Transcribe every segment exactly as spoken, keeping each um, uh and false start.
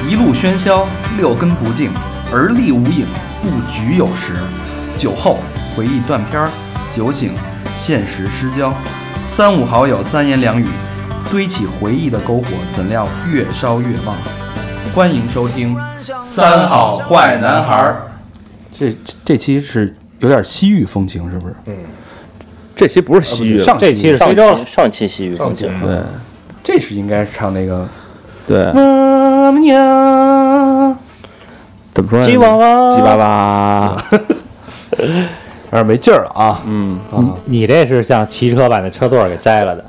一路喧嚣，六根不净，而立无影，不局有时。酒后回忆断片儿，酒醒现实失焦。三五好友三言两语，堆起回忆的篝火，怎料越烧越旺。欢迎收听《三好坏男孩》。这这期是有点西域风情，是不是？嗯，这期不是西域， 上期这期是非洲，上期西域风情。 对，这是应该唱那个。 对， 妈妈娘， 怎么说呢？ 吉娃娃， 吉娃娃， 有点没劲儿了啊。 嗯， 啊你这是像骑车把那车座给摘了的，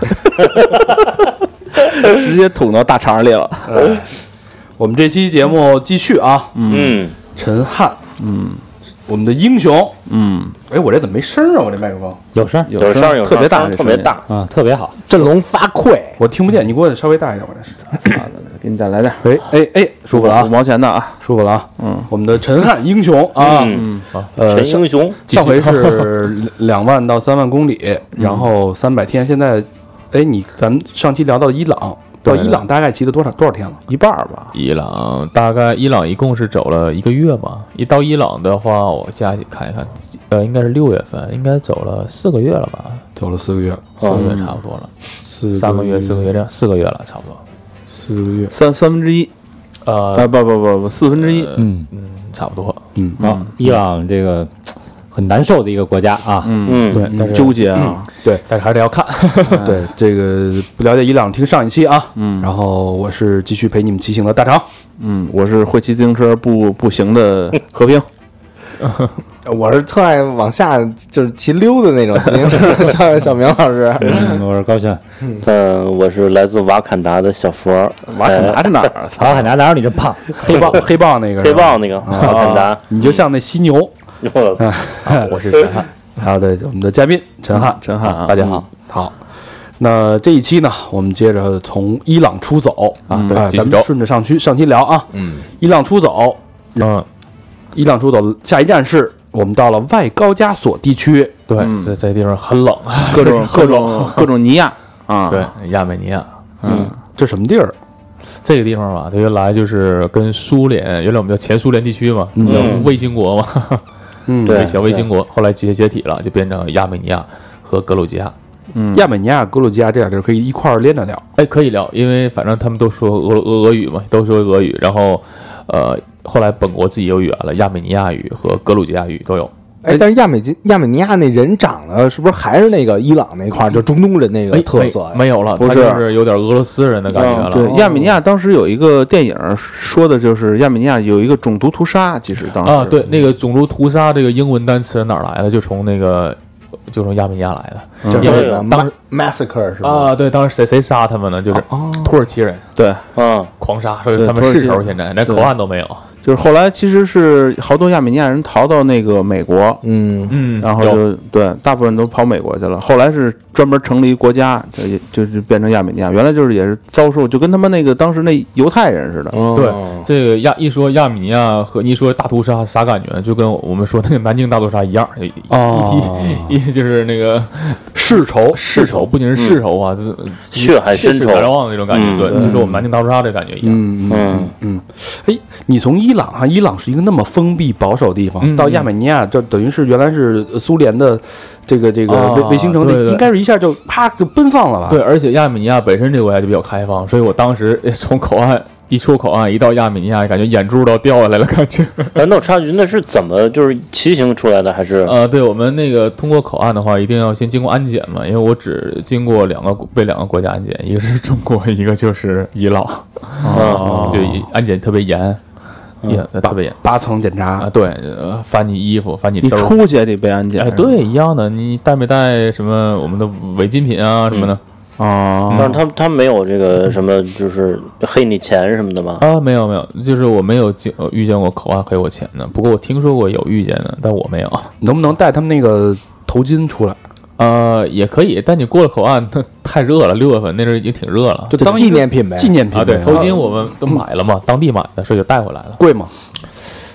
直接捅到大肠里了。 嗯，我们这期节目继续啊。 嗯， 陈汉， 嗯， 我们的英雄， 嗯， 哎，我这怎么没声啊？我这麦克风有声有声有特别大， 特别大啊，特别好， 振聋发聩， 我听不见，你给我稍微大一点，我这是。 给你再来点。 哎哎哎，舒服了啊， 五毛钱的啊， 舒服了啊。 嗯， 我们的陈汉英雄啊， 嗯， 呃， 陈英雄， 上回是两万到三万公里，然后三百天。现在，哎，你咱们上期聊到伊朗，到伊朗大概骑了多少多少天了？ 一半吧。 伊朗大概伊朗一共是走了一个月吧。一到伊朗的话，我加起看一看，呃，应该是六月份，应该走了四个月了吧？ 走了四个月， 四个月差不多了， 四三个月四个月这样，四个月了，差不多。 四个月， 三三分之一， 呃， 啊不不不不，四分之一， 嗯嗯，差不多。 嗯啊，伊朗这个很难受的一个国家啊， 嗯， 对，但是纠结啊， 对， 但是还是得要看。 对，这个不了解伊朗，听上一期啊。 嗯， 然后我是继续陪你们骑行的大长。 嗯，我是会骑自行车不不行的和平。 我是特爱往下就是骑溜的那种自行车，小小明老师， 嗯，我是高轩， 嗯，我是来自瓦坎达的小佛， 瓦坎达是哪儿？ 曹海拿哪有你这胖？ 黑豹黑豹那个黑豹那个瓦坎达， 你就像那犀牛。 我是陈汉， 还有的我们的嘉宾陈汉， 陈汉啊， 大家好。 好，那这一期呢，我们接着从伊朗出走啊，对， 哎， 继续走。 咱们顺着上期上期聊啊。 嗯， 伊朗出走， 嗯， 伊朗出走，下一站是我们到了外高加索地区， 对，这这地方很冷， 各种各种各种尼亚啊， 对，亚美尼亚。 嗯， 这什么地儿？ 这个地方吧，它原来就是跟苏联，原来我们叫前苏联地区嘛，叫卫星国嘛， 嗯， 对，小卫星国，后来解解体了，就变成亚美尼亚和格鲁吉亚。 嗯， 亚美尼亚、格鲁吉亚这俩地儿可以一块儿连着聊。 哎，可以聊，因为反正他们都说俄俄俄语嘛，都说俄语，然后呃，后来本国自己有语言了，亚美尼亚语和格鲁吉亚语都有。 哎，但是亚美基亚美尼亚那人长得是不是还是那个伊朗那块儿，就中东人那个特色呀？ 没有了， 不是他就是有点俄罗斯人的感觉了。 对，亚美尼亚当时有一个电影说的就是亚美尼亚有一个种族屠杀，其实当时啊，对，那个种族屠杀这个英文单词哪儿来的？就从那个就从亚美尼亚来的。 就因为这个当时 massacre 是吧？ 啊，对，当时谁谁杀他们呢？就是土耳其人， 对， 嗯， 狂杀，所以他们对土耳其势头现在连口岸都没有。 就是后来其实是好多亚美尼亚人逃到那个美国， 嗯嗯， 然后就对，大部分都跑美国去了。后来是专门成立一国家，就也就是变成亚美尼亚。原来就是也是遭受，就跟他们那个当时那犹太人似的。 对，这个亚一说亚美尼亚和你一说大屠杀啥感觉？就跟我们说那个南京大屠杀一样，一哦一提一就是那个世仇， 世仇，不仅是世仇啊，这血海深仇血海望那种感觉，对，就说我们南京大屠杀这感觉一样。 嗯嗯嗯，哎，你从伊朗哈，伊朗是一个那么封闭保守的地方， 嗯到亚美尼亚，这等于是原来是苏联的这个这个啊卫卫星城， 对对应该是一下就啪就奔放了吧？ 对，而且亚美尼亚本身这个国家就比较开放，所以我当时从口岸一出口岸，一到亚美尼亚，感觉眼珠都掉下来了，感觉。 哎，那我插句，那是怎么就是骑行出来的，还是？ 呃，对我们那个通过口岸的话，一定要先经过安检嘛，因为我只经过两个被两个国家安检，一个是中国，一个就是伊朗， 哦就安检特别严。也特别严， 八层检查啊，对，呃翻你衣服，翻你你兜， 出去也得被安检。 哎，对，一样的，你带没带什么我们的违禁品啊什么的？ 啊， 但是他他没有这个什么，就是黑你钱什么的吗？ 啊，没有没有，就是我没有经遇见过口岸黑我钱的，不过我听说过有遇见的，但我没有。 能不能带他们那个头巾出来？ 呃，也可以，但你过了口岸，它太热了，六月份那阵儿已经挺热了， 就当纪念品呗。 纪念品啊，对，头巾我们都买了嘛，当地买的，所以就带回来了。 贵吗？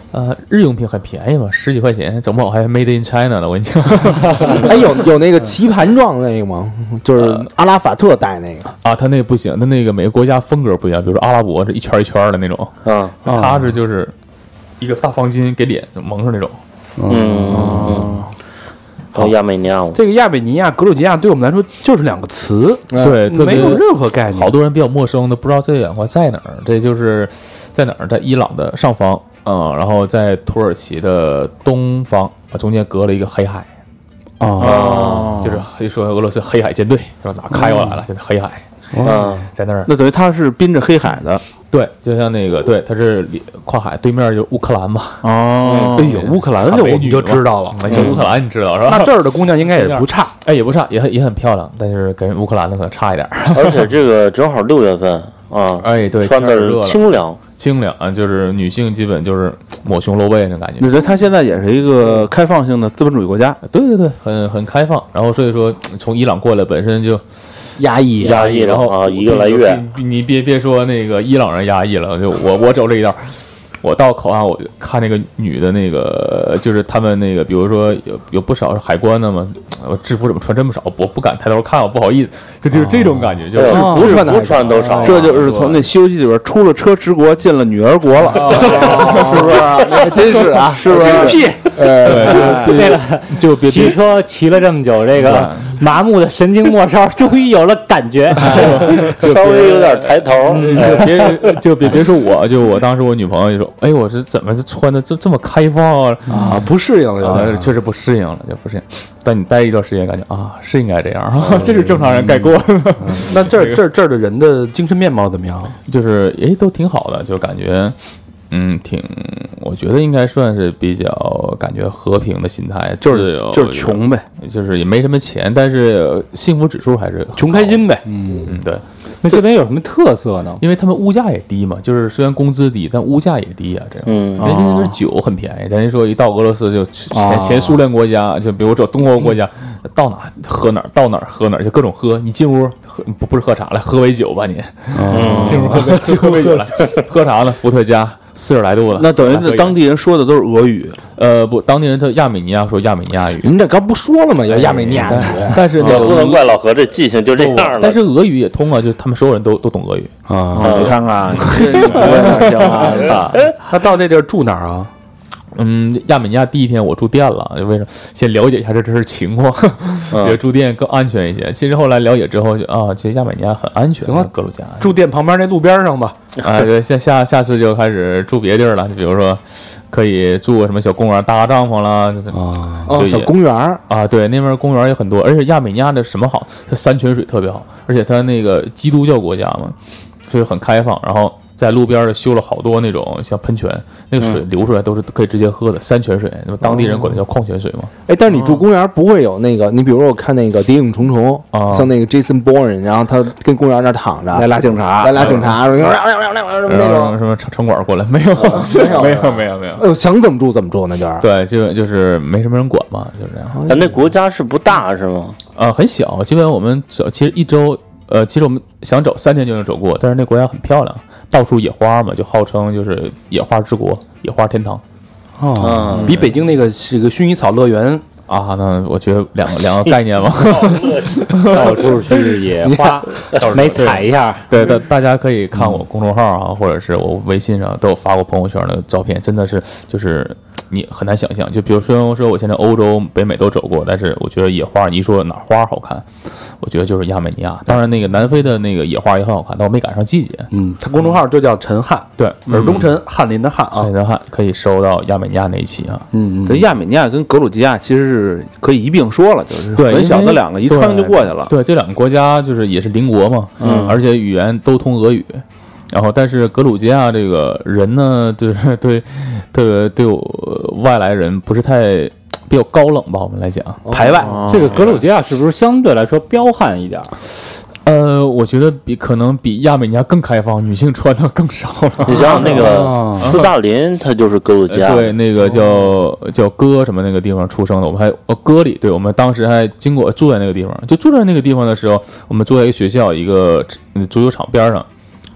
呃，日用品很便宜嘛，十几块钱，整不好还 Made in China 呢，我跟你讲。 哎，有有那个棋盘状的那个吗？就是阿拉法特戴那个啊，他那个不行，他那个每个国家风格不一样，比如说阿拉伯是一圈一圈的那种， 嗯， 他是就是一个大方巾给脸蒙上那种。 嗯嗯，到亚美尼亚， 这个亚美尼亚、格鲁吉亚对我们来说就是两个词， 对，特别没有任何概念。 好多人比较陌生的，不知道这两块在哪儿。这就是在哪儿，在伊朗的上方，嗯，然后在土耳其的东方，啊，中间隔了一个黑海。 哦， 就是可以说俄罗斯黑海舰队是吧？哪开过来了？就是黑海， 嗯， 在那儿。 那等于它是滨着黑海的。 对，就像那个，对，它是跨海，对面就是乌克兰嘛。 哦，哎呦，乌克兰这我们就知道了。 没事，乌克兰你知道是吧？ 那这儿的姑娘应该也不差， 哎，也不差，也很也很漂亮，但是跟乌克兰的可能差一点。 而且这个正好六月份啊， 哎，对， 穿的清凉。 清凉啊，就是女性基本就是抹胸露背那感觉。 你觉得它现在也是一个开放性的资本主义国家？ 对对对，很很开放。然后所以说从伊朗过来本身就压抑压抑，然后啊一个来月， 你别别说那个伊朗人压抑了，就我我走这一道。我到口岸，我看那个女的，那个就是他们那个，比如说有有不少是海关的嘛，我制服怎么穿这么少？我不敢抬头看，我不好意思，就就是这种感觉，就是制服穿的穿都少， 这就是从那《西游记》里边出了车迟国，进了女儿国了，是不是？真是啊，是不是？ 屁！ 对， 为了就别骑车骑了这么久，这个麻木的神经末梢终于有了感觉， 稍微有点抬头， 就别就别别说我，就我当时我女朋友就说。哎，我是怎么穿的这这么开放啊？ 啊，不适应了， 啊，确实不适应了，就不适应。但你待一段时间，感觉啊，是应该这样，这是正常人该过。 那这儿这儿这儿的人的精神面貌怎么样？ 就是哎，都挺好的，就感觉嗯，挺，我觉得应该算是比较感觉和平的心态， 就是就是穷呗， 就是也没什么钱，但是幸福指数还是穷开心呗。 嗯嗯，对。 那这边有什么特色呢？ 因为他们物价也低嘛，就是虽然工资低，但物价也低啊。这样， 嗯， 人家那是酒很便宜，咱一说一到俄罗斯就前前苏联国家，就比如说东欧国家，到哪喝哪，到哪喝哪，就各种喝。你进屋喝不不是喝茶来，喝杯酒吧你，嗯，进屋喝杯喝杯酒来，喝啥呢？伏特加。四十来度了， 那等于那当地人说的都是俄语， 呃，不，当地人他亚美尼亚说亚美尼亚语。 您这刚不说了吗？要亚美尼亚语， 但是也不能怪老何这记性就这样了。 但是俄语也通啊，就他们所有人都都懂俄语啊。你看看，行啊，他到那地儿住哪儿啊？ 嗯，亚美尼亚第一天我住店了，为什么？先了解一下这这是情况，觉得住店更安全一些。其实后来了解之后就啊，其实亚美尼亚很安全。 行了， 格鲁吉亚住店旁边那路边上吧。 啊，对，下下下次就开始住别地儿了，就比如说可以住什么小公园搭个帐篷啦， 啊，哦，小公园啊，对，那边公园也很多，而且亚美尼亚的什么好？它山泉水特别好，而且它那个基督教国家嘛，所以很开放，然后。在路边修了好多那种像喷泉，那个水流出来都是可以直接喝的山泉水，那么当地人管它叫矿泉水嘛。 哎，但是你住公园不会有那个，你比如说我看那个《谍影重重》啊，像那个 Jason Bourne，然后他跟公园那躺着， 来俩警察， 来俩警察，那种什么城城管过来，没有，没有，没有，没有。 哎呦，想怎么住怎么住，那就是对，就就是没什么人管嘛，就是这样。 但那国家是不大是吗？ 啊，很小，基本我们走，其实一周，呃，其实我们想走三天就能走过，但是那国家很漂亮。到处野花嘛，就号称就是野花之国、野花天堂。 哦，比北京那个是个薰衣草乐园啊，那我觉得两个两个概念嘛。 到处去野花，没踩一下。 对，大大家可以看我公众号啊，或者是我微信上都有发过朋友圈的照片，真的是就是你很难想象。就比如说说我现在欧洲、北美都走过，但是我觉得野花，你一说哪花好看？我觉得就是亚美尼亚，当然那个南非的那个野花也很好看，但我没赶上季节。 嗯，他公众号就叫陈汉， 对， 尔东陈，翰林的汉啊， 翰林的汉可以收到亚美尼亚那一期啊。 嗯嗯， 这亚美尼亚跟格鲁吉亚其实是可以一并说了，就是对很小的两个，一穿就过去了。 对，这两个国家就是也是邻国嘛，嗯，而且语言都通俄语。然后，但是格鲁吉亚这个人呢，就是对对对外来人不是太。比较高冷吧，我们来讲排外。 这个格鲁吉亚是不是相对来说彪悍一点？ 呃，我觉得比可能比亚美尼亚更开放，女性穿的更少了。 你想想那个斯大林，他就是格鲁吉亚， 对，那个叫叫哥什么那个地方出生的，我们还哦哥里，对，我们当时还经过住在那个地方，就住在那个地方的时候，我们住在一个学校一个足球场边上。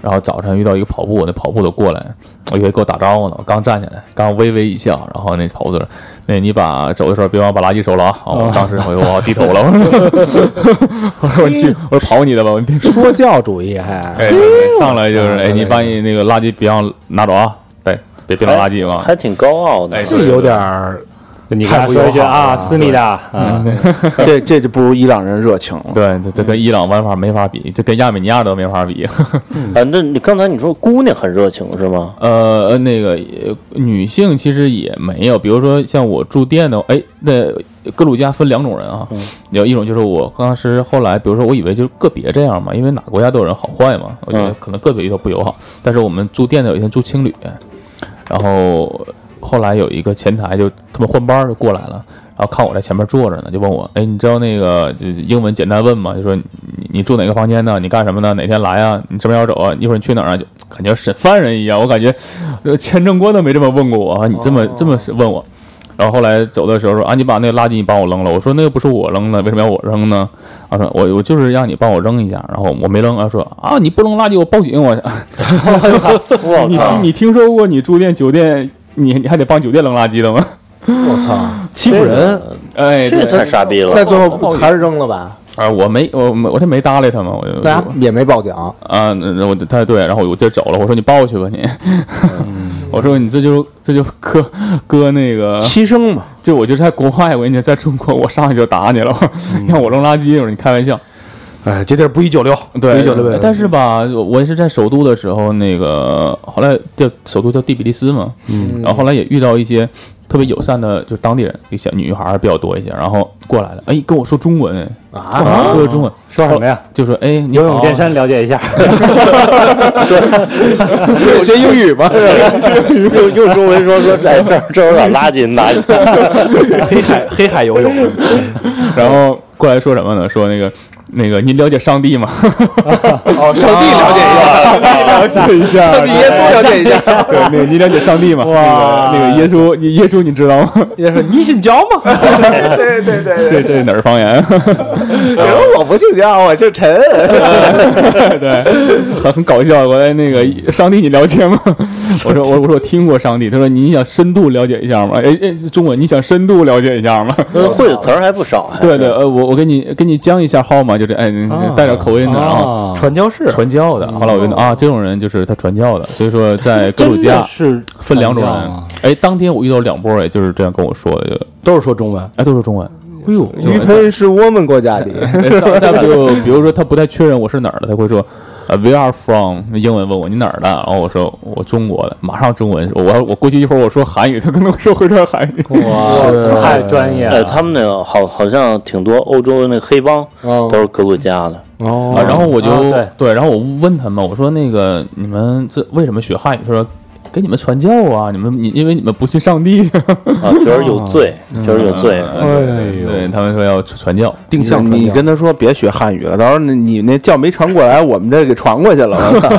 然后早晨遇到一个跑步，那跑步的过来，我以为给我打招呼呢，我刚站起来，刚微微一笑，然后那跑步的人，那你把走的时候别忘把垃圾收了啊！哦，当时我就我低头了，我说你去，我说跑你的吧，我别说教主义还， 哎，对对上来就是哎，你把你那个垃圾别忘拿走啊，对，别别扔垃圾嘛， 还挺高傲的， 哎， 这有点儿。 你看说一句啊，思密达啊， 这这就不如伊朗人热情了。 对，这这跟伊朗玩法没法比，这跟亚美尼亚都没法比。 啊，那你刚才你说姑娘很热情是吗？ 呃，那个女性其实也没有，比如说像我住店的，哎，那格鲁吉亚分两种人啊，有一种就是我当时后来，比如说我以为就是个别这样嘛，因为哪个国家都有人好坏嘛，我觉得可能个别遇到不友好，但是我们住店的有一天住青旅，然后。后来有一个前台就他们换班就过来了，然后看我在前面坐着呢，就问我，哎，你知道那个就英文简单问嘛，就说你你住哪个房间呢？你干什么呢？哪天来啊？你什么时候走啊？一会儿你去哪儿啊？就感觉审犯人一样，我感觉呃签证官都没这么问过我啊，你这么这么问我。然后后来走的时候说啊，你把那个垃圾你帮我扔了。我说那个不是我扔的，为什么要我扔呢？他说我我就是让你帮我扔一下，然后我没扔。他说啊，你不扔垃圾我报警我。我你听你听说过你住店酒店？你你还得帮酒店扔垃圾的吗？ 我操，欺负人！ 哎， 这太傻逼了。 那最后还是扔了吧？ 啊，我没我我这没搭理他嘛，我大家也没报警啊。那我他对，然后我就走了。我说你报去吧你。我说你这就这就搁搁那个牺牲嘛。 就我就在国外，我跟你在中国，我上去就打你了。让我扔垃圾，我说你开玩笑。 哎，这地儿不一九六， 对， 不一九六。 但是吧，我也是在首都的时候，那个后来叫首都叫第比利斯嘛，嗯，然后后来也遇到一些特别友善的，就当地人，一小女孩比较多一些，然后过来了，哎，跟我说中文啊，说中文， 说什么呀？ 就说哎， 游泳健身了解一下， 学英语吧， 用用中文说说，哎，这这有点垃圾，拿一下， 黑海黑海游泳， 然后过来说什么呢？说那个。那个，您了解上帝吗？ 哦，上帝了解一下， 了解一下， 上帝耶稣了解一下。 对，那个你了解上帝吗？哇，那个耶稣，你耶稣你知道吗？ 耶稣，你信教吗？ 对对对， 这这哪儿方言？ 我不信教，我姓陈。 对，很很搞笑。我那个上帝你了解吗？我说我我说我听过上帝。他说你想深度了解一下吗？哎哎，中文你想深度了解一下吗？ 会的词儿还不少。 对对，呃，我我给你给你讲一下好吗？就这，哎，带点口音的，然后传教士， 传教的。后来我觉得啊，这种人就是他传教的，所以说在格鲁吉亚是分两种人。哎，当天我遇到两波，也就是这样跟我说的， 都是说中文， 哎，都是中文。 哎呦， 于培是我们国家的。 再不就比如说他不太确认我是哪儿的，他会说。呃 ，We are from， 英文问我你哪儿的，然后我说我中国的，马上中文，我我过去一会儿我说韩语，他可能说会说韩语， 哇，太专业了。 哎，他们那个好好像挺多欧洲那个黑帮都是格鲁吉亚的哦、啊，然后我就、哦、对, 对，然后我问他们，我说那个你们这为什么学汉语？他说。给你们传教啊！你们你因为你们不信上帝啊，觉得有罪，觉得有罪。 哎呦，对他们说要传教， 定向传教。你跟他说别学汉语了，到时候你那教没传过来，我们这给传过去了。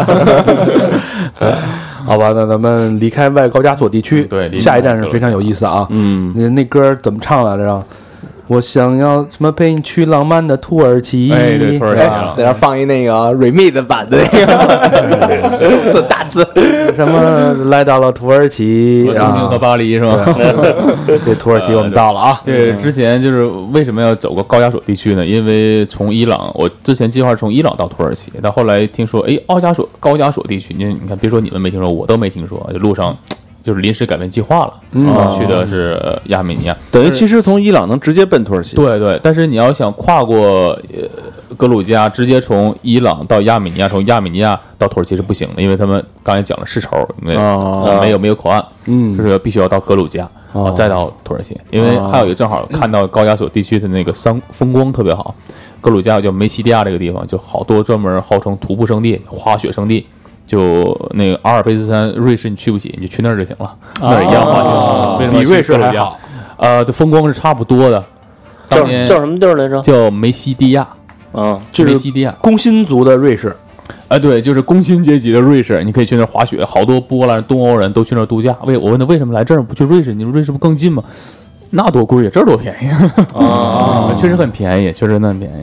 好吧，那咱们离开外高加索地区， 对， 下一站是非常有意思啊。嗯，那那歌怎么唱来着？我想要什么陪你去浪漫的土耳其？ 哎，对，土耳其， 在那放一那个 remix 版的那个字大字， 什么来到了土耳其啊，东京和巴黎是吧？ 这土耳其我们到了啊。 对，之前就是为什么要走过高加索地区呢？因为从伊朗，我之前计划从伊朗到土耳其，但后来听说，哎，高加索高加索地区，你你看，别说你们没听说，我都没听说，就路上。就是临时改变计划了，然后去的是亚美尼亚， 等于其实从伊朗能直接奔土耳其。 对对，但是你要想跨过呃格鲁吉亚，直接从伊朗到亚美尼亚，从亚美尼亚到土耳其是不行的，因为他们刚才讲了世仇，因为、哦、没有没有口岸，嗯，就是必须要到格鲁吉亚，哦、再到土耳其。因为还有一个正好看到高加索地区的那个山风光特别好，格鲁吉亚叫梅西蒂亚这个地方，就好多专门号称徒步圣地、滑雪圣地。就那个阿尔卑斯山，瑞士你去不起，你就去那儿就行了，那儿一样滑雪，哦、为什么比瑞士还好？ 呃，的风光是差不多的。 叫叫什么地儿来着？ 叫梅西蒂亚， 啊， 就是梅西蒂亚， 工薪族的瑞士。 哎，对，就是工薪阶级的瑞士，你可以去那儿滑雪，好多波兰、东欧人都去那儿度假。为我问他为什么来这儿不去瑞士？你说瑞士不更近吗？那多贵呀，这儿多便宜啊！确实很便宜，确实很便宜。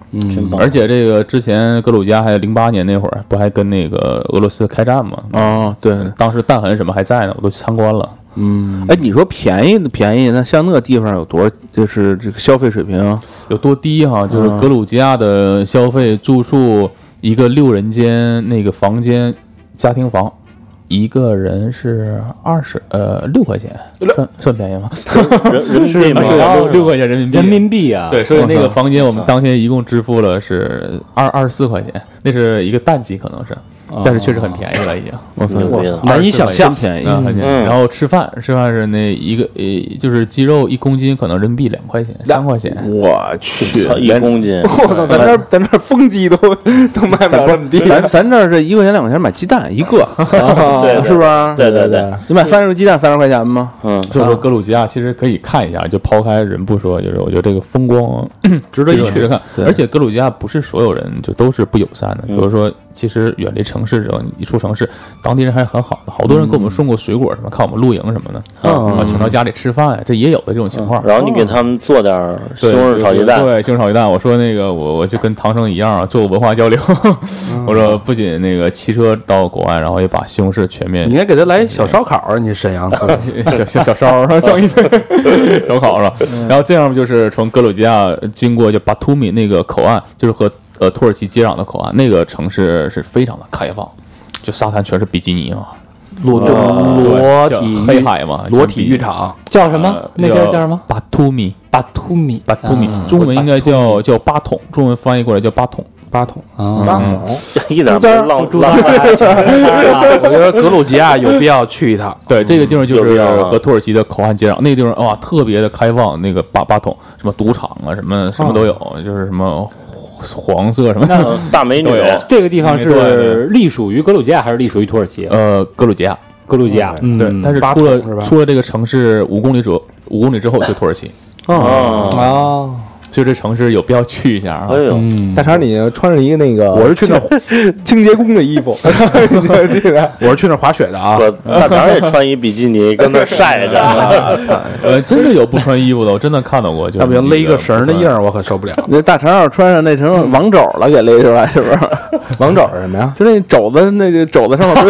真棒！ 而且这个之前格鲁吉亚还有零八年那会儿，不还跟那个俄罗斯开战吗？ 哦，对， 当时弹痕什么还在呢，我都去参观了。 嗯，哎，你说便宜的便宜，那像那个地方有多少？就是这个消费水平啊有多低哈？就是格鲁吉亚的消费住宿一个六人间那个房间家庭房。一个人是二十呃六块钱，算算便宜吗？ 人人民币吗？ 对，六块钱人民币。 人民币啊！ 对，所以那个房间我们当天一共支付了是二二十四块钱，那是一个淡季可能是，但是确实很便宜了已经。 我操， 难以想象， 便宜。 嗯，然后吃饭吃饭是那一个呃，就是鸡肉一公斤可能人民币两块钱三块钱。 我去， 一公斤！ 我操，咱这咱这风鸡都都卖不了这么低。 咱咱这是一块钱两块钱买鸡蛋一个， 对， 是不是？ 对对对， 你买三十个鸡蛋三十块钱吗？ 嗯，就是说格鲁吉亚其实可以看一下，就抛开人不说，就是我觉得这个风光值得一去看。而且格鲁吉亚不是所有人就都是不友善的，比如说其实远离城市之后，你一出城市，当地人还是很好的，好多人给我们送过水果什么，看我们露营什么的，啊，请到家里吃饭呀，这也有的这种情况。 然后你给他们做点西红柿炒鸡蛋， 对，西红柿炒鸡蛋。我说那个我我就跟唐生一样啊，做文化交流。我说不仅那个骑车到国外，然后也把西红柿全面。 你应该给他来小烧烤啊！你沈阳小小小烧儿，整一堆烧烤是吧？然后这样就是从格鲁吉亚经过就巴图米那个口岸，就是和呃土耳其接壤的口岸，那个城市是非常的开放，就沙滩全是比基尼啊， 裸就裸体黑海嘛， 裸体浴场叫什么？那个叫什么？ 巴图米， 巴图米， 巴图米，中文应该叫叫巴统，中文翻译过来叫巴统。 八桶啊， 八桶， 一点不浪浪。 我觉得格鲁吉亚有必要去一趟。 对，这个地方就是和土耳其的口岸接壤，那个地方哇特别的开放，那个巴巴统什么赌场啊，什么什么都有，就是什么黄色什么大美女。 这个地方是隶属于格鲁吉亚还是隶属于土耳其？ 呃，格鲁吉亚， 格鲁吉亚。 对，但是出了出了这个城市五公里左五公里之后就土耳其。 哦哦。 就这城市有必要去一下啊！ 哎呦， 大肠，你穿着一个那个， 我是去那清洁工的衣服， 我是去那滑雪的啊。 大肠也穿一比基尼跟那晒着， 呃，真的有不穿衣服的，我真的看到过，就要不要勒一个绳的印儿，我可受不了。 那大肠要穿上那成王肘了，给勒出来是不是？ 王肘是什么呀？ 就那肘子，那个肘子上面。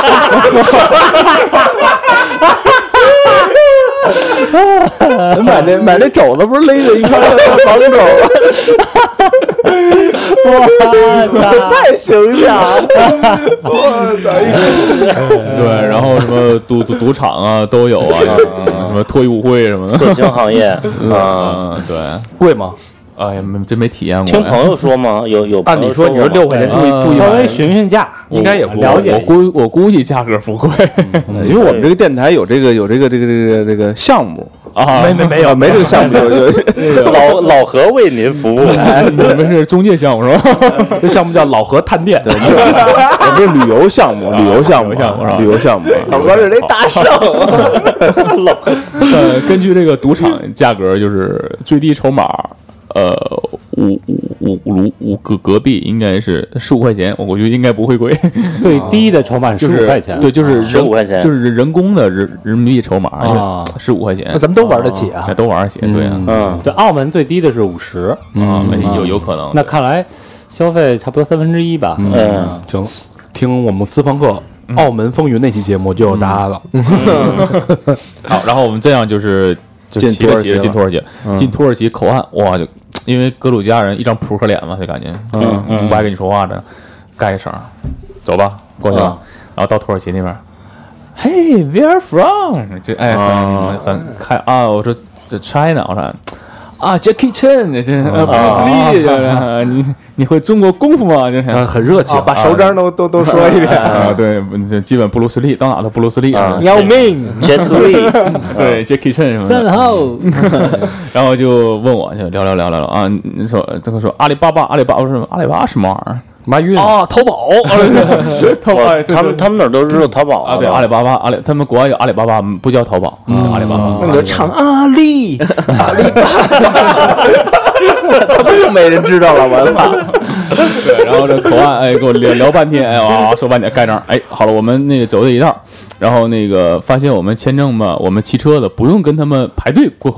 买那买那肘子不是勒着一块王肘吗？ 哇，太形象了！ 我操！对，然后什么赌赌赌场啊都有啊，什么脱衣舞会什么的， 色情行业啊，对， 贵吗？ 哎呀，没真没体验过。 听朋友说吗？有有。 按理说你说六块钱注意注意， 稍微询询价， 应该也不了解。 我估我估计价格不贵， 因为我们这个电台有这个有这个这个这个这个项目啊， 没没没有没这个项目，有有老老何为您服务， 你们是中介项目是吧？ 这项目叫老何探店， 对，我们是旅游项目，旅游项目项目旅游项目， 老何是那大圣。 老呃，根据这个赌场价格，就是最低筹码。呃，五五五五五隔隔壁应该是十五块钱，我觉得应该不会贵。 最低的筹码十五块钱， 对，就是十五块钱， 就是人工的人人民币筹码啊，十五块钱。 那咱们都玩得起啊， 都玩得起，对啊， 嗯， 对，澳门最低的是五十啊，有有可能。 那看来消费差不多三分之一吧。 嗯， 行，听我们私房课《澳门风云》那期节目就有答案了。 好，然后我们这样就是。就骑着骑着进土耳其，进土耳其口岸，哇，就因为格鲁吉亚人一张扑克脸嘛，就感觉，嗯嗯，不爱跟你说话的，盖一声，走吧，过去了，然后到土耳其那边，嘿 ，Where from？ 这哎，很很开啊，我说这 China， 我说啊 ，Jackie Chan， 这这布鲁斯利，你你会中国功夫吗？这是很热情， 把手章都都都说一遍啊，对，这基本布鲁斯利到哪都布鲁斯利啊， 要命 ，Jet Li， 对 Jackie Chan 什么的， 三号， 然后就问我，就聊聊聊聊聊啊，你说这个说阿里巴巴，阿里巴巴是阿里巴巴什么玩意儿？ 妈晕啊！淘宝，淘宝， 他们他们哪儿都知道淘宝啊？对，阿里巴巴，阿里，他们国外有阿里巴巴，不叫淘宝，阿里巴巴。 那个唱阿里，阿里巴巴， 他不就没人知道了？我操！ 对，然后这口岸，哎，给我聊聊半天，哎，哇，说半天盖章，哎，好了，我们那个走这一道，然后那个发现我们签证嘛，我们骑车的不用跟他们排队过口岸。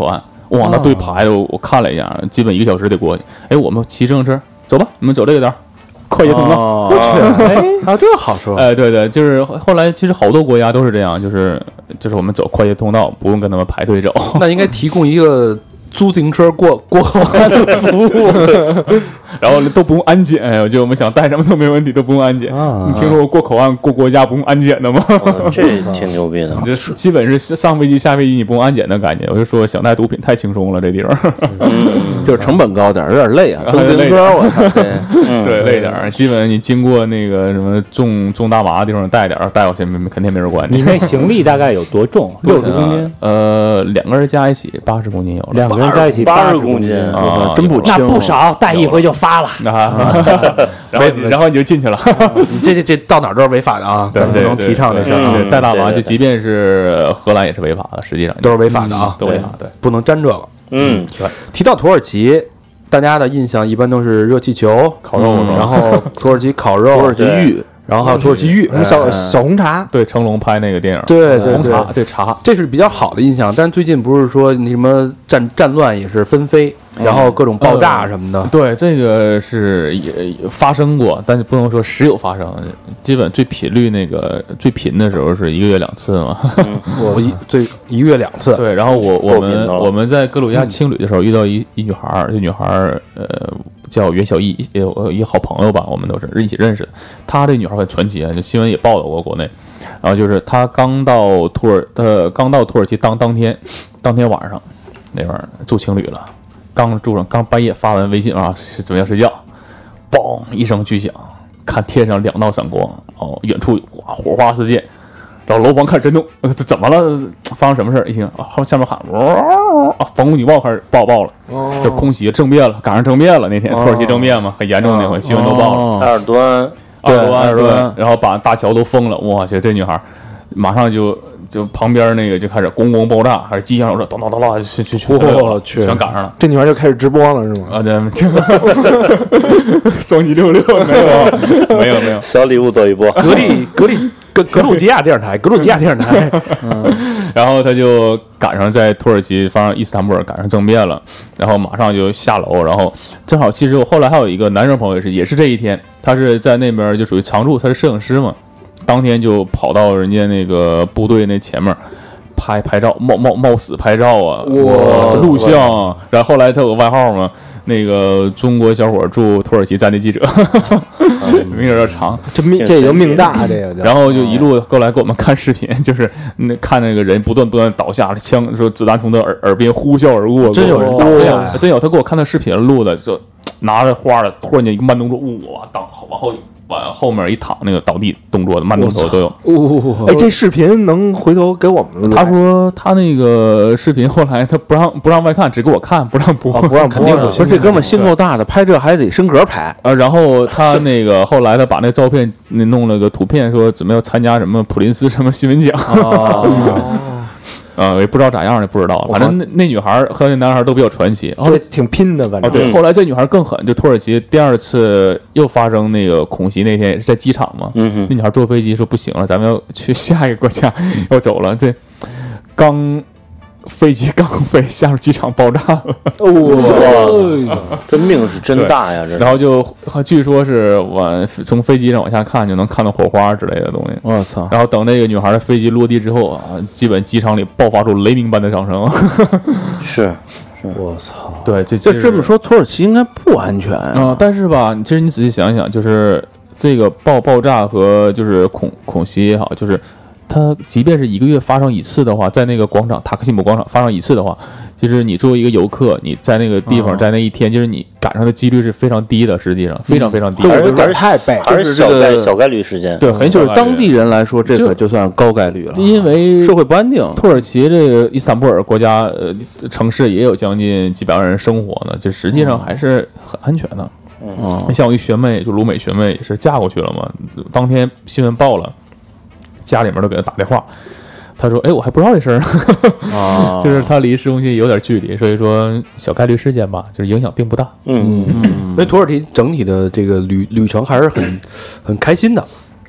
哇，那队排的我看了一下，基本一个小时得过去。哎，我们骑自行车走吧，你们走这个道，快捷通道。 哦， 哎，啊，这个好说。 哎，对对，就是后来其实好多国家都是这样，就是就是我们走快捷通道，不用跟他们排队走。 那应该提供一个租自行车过过口岸的服务， 然后都不用安检，我觉得我们想带什么都没问题，都不用安检。 啊你听说过过口岸过国家不用安检的吗？ 哦这挺牛逼的。 这基本是上飞机下飞机你不用安检的感觉。我就说想带毒品太轻松了，这地方。 就是成本高点儿，有点累啊，蹬自行车我操， 对，累点儿。基本你经过那个什么种种大麻的地方带点儿，带过去没肯定没人管你那行李大概有多重？六十公斤？ 呃，两个人加一起八十公斤有了。 两个人加一起八十十公斤啊， 真不轻， 那不少，带一回就发了。 啊，然后然后你就进去了。 你这这这到哪儿都是违法的啊，咱不能提倡这事儿啊， 对，带大麻就即便是荷兰也是违法的，实际上都是违法的啊， 都违法，对， 不能沾这个。 嗯， 对。提到土耳其，大家的印象一般都是热气球、 烤肉， 然后土耳其烤肉、 土耳其玉， 然后还有土耳其玉、 小小红茶， 对，成龙拍那个电影， 对对对红茶，对茶， 这是比较好的印象。但最近不是说那什么战战乱也是纷飞，然后各种爆炸什么的。 对，这个是也也发生过，但是不能说时有发生。基本最频率那个最频的时候是一个月两次嘛。 我一最一个月两次。 对，然后我我们够频了我们在格鲁吉亚青旅的时候遇到一一女孩儿，这女孩儿呃叫袁小艺，也有一个好朋友吧，我们都是一起认识的。她这女孩很传奇啊，就新闻也报道过国内。然后就是她刚到土耳呃刚到土耳其当当天当天晚上那边住青旅了。刚住上，刚半夜发完微信啊，准备要睡觉，嘣一声巨响，看天上两道闪光，哦，远处哇火花四溅，然后楼房开始震动，呃这怎么了？发生什么事儿？一听啊，下面喊，哇啊，防空警报开始报报了，这空袭政变了，赶上政变了，那天土耳其政变嘛，很严重那回，新闻都报了， 埃尔多安， 对，埃尔多安，然后把大桥都封了，哇去，这女孩马上就。就旁边那个就开始咣咣爆炸，还是机枪手咚咚咚咚，去去去， 我去， 全赶上了。 这女孩就开始直播了，是吗？ 啊，对，双击六六没有，没有没有， 小礼物走一波。 格力格力格格鲁吉亚电视台，格鲁吉亚电视台。 嗯，然后他就赶上在土耳其发生伊斯坦布尔赶上政变了，然后马上就下楼，然后正好其实我后来还有一个男生朋友也是也是这一天，他是在那边就属于常驻，他是摄影师嘛。当天就跑到人家那个部队那前面拍拍照，冒冒冒死拍照啊，哇，录像。然后后来他有个外号嘛，那个中国小伙驻土耳其战地记者，名有点长， 这命这就命大，这个。 然后就一路过来给我们看视频，就是那看那个人不断不断倒下，枪说子弹从他耳耳边呼啸而过， 真有人倒下， 真有。他给我看他视频录的，就拿着花的，突然间一个慢动作，哇，当往后。往后面一躺，那个倒地动作的慢动作都有。 哎，这视频能回头给我们？ 他说他那个视频后来他不让不让外看，只给我看，不让播， 不让肯定不是这哥们心够大的，拍这还得升格拍啊。然后他那个后来他把那照片那弄了个图片，说准备要参加什么普林斯什么新闻奖。啊、呃，也不知道咋样的，不知道。反正那那女孩和那男孩都比较传奇，哦， 挺拼的，反正。 哦，对，后来这女孩更狠，就土耳其第二次又发生那个恐袭那天，也是在机场嘛。嗯哼。那女孩坐飞机说不行了，咱们要去下一个国家，要走了。这刚飞机刚飞，下入机场爆炸了。 哇，这命是真大呀！这。 然后就据说是往从飞机上往下看，就能看到火花之类的东西。 我操！ 然后等那个女孩的飞机落地之后啊，基本机场里爆发出雷鸣般的掌声。 是是， 我操！ 对，这这这么说，土耳其应该不安全啊、 嗯。但是吧，其实你仔细想想，就是这个爆爆炸和就是恐恐袭也好，就是。它即便是一个月发生一次的话，在那个广场塔克西姆广场发生一次的话，其实你作为一个游客，你在那个地方，在那一天，就是你赶上的几率是非常低的，实际上非常非常低， 还是太背， 还是小概小概率事件， 对，很小。 就是当地人来说，这个就算高概率了， 因为社会不安定。 土耳其这个伊斯坦布尔国家呃城市也有将近几百万人生活呢，就实际上还是很安全的。嗯，像我一学妹，就鲁美学妹也是嫁过去了嘛，当天新闻报了。家里面都给他打电话，他说：“哎，我还不知道这事儿，啊、就是他离市中心有点距离，所以说小概率事件吧，就是影响并不大。” 嗯嗯， 所以土耳其整体的这个旅旅程还是很很开心的。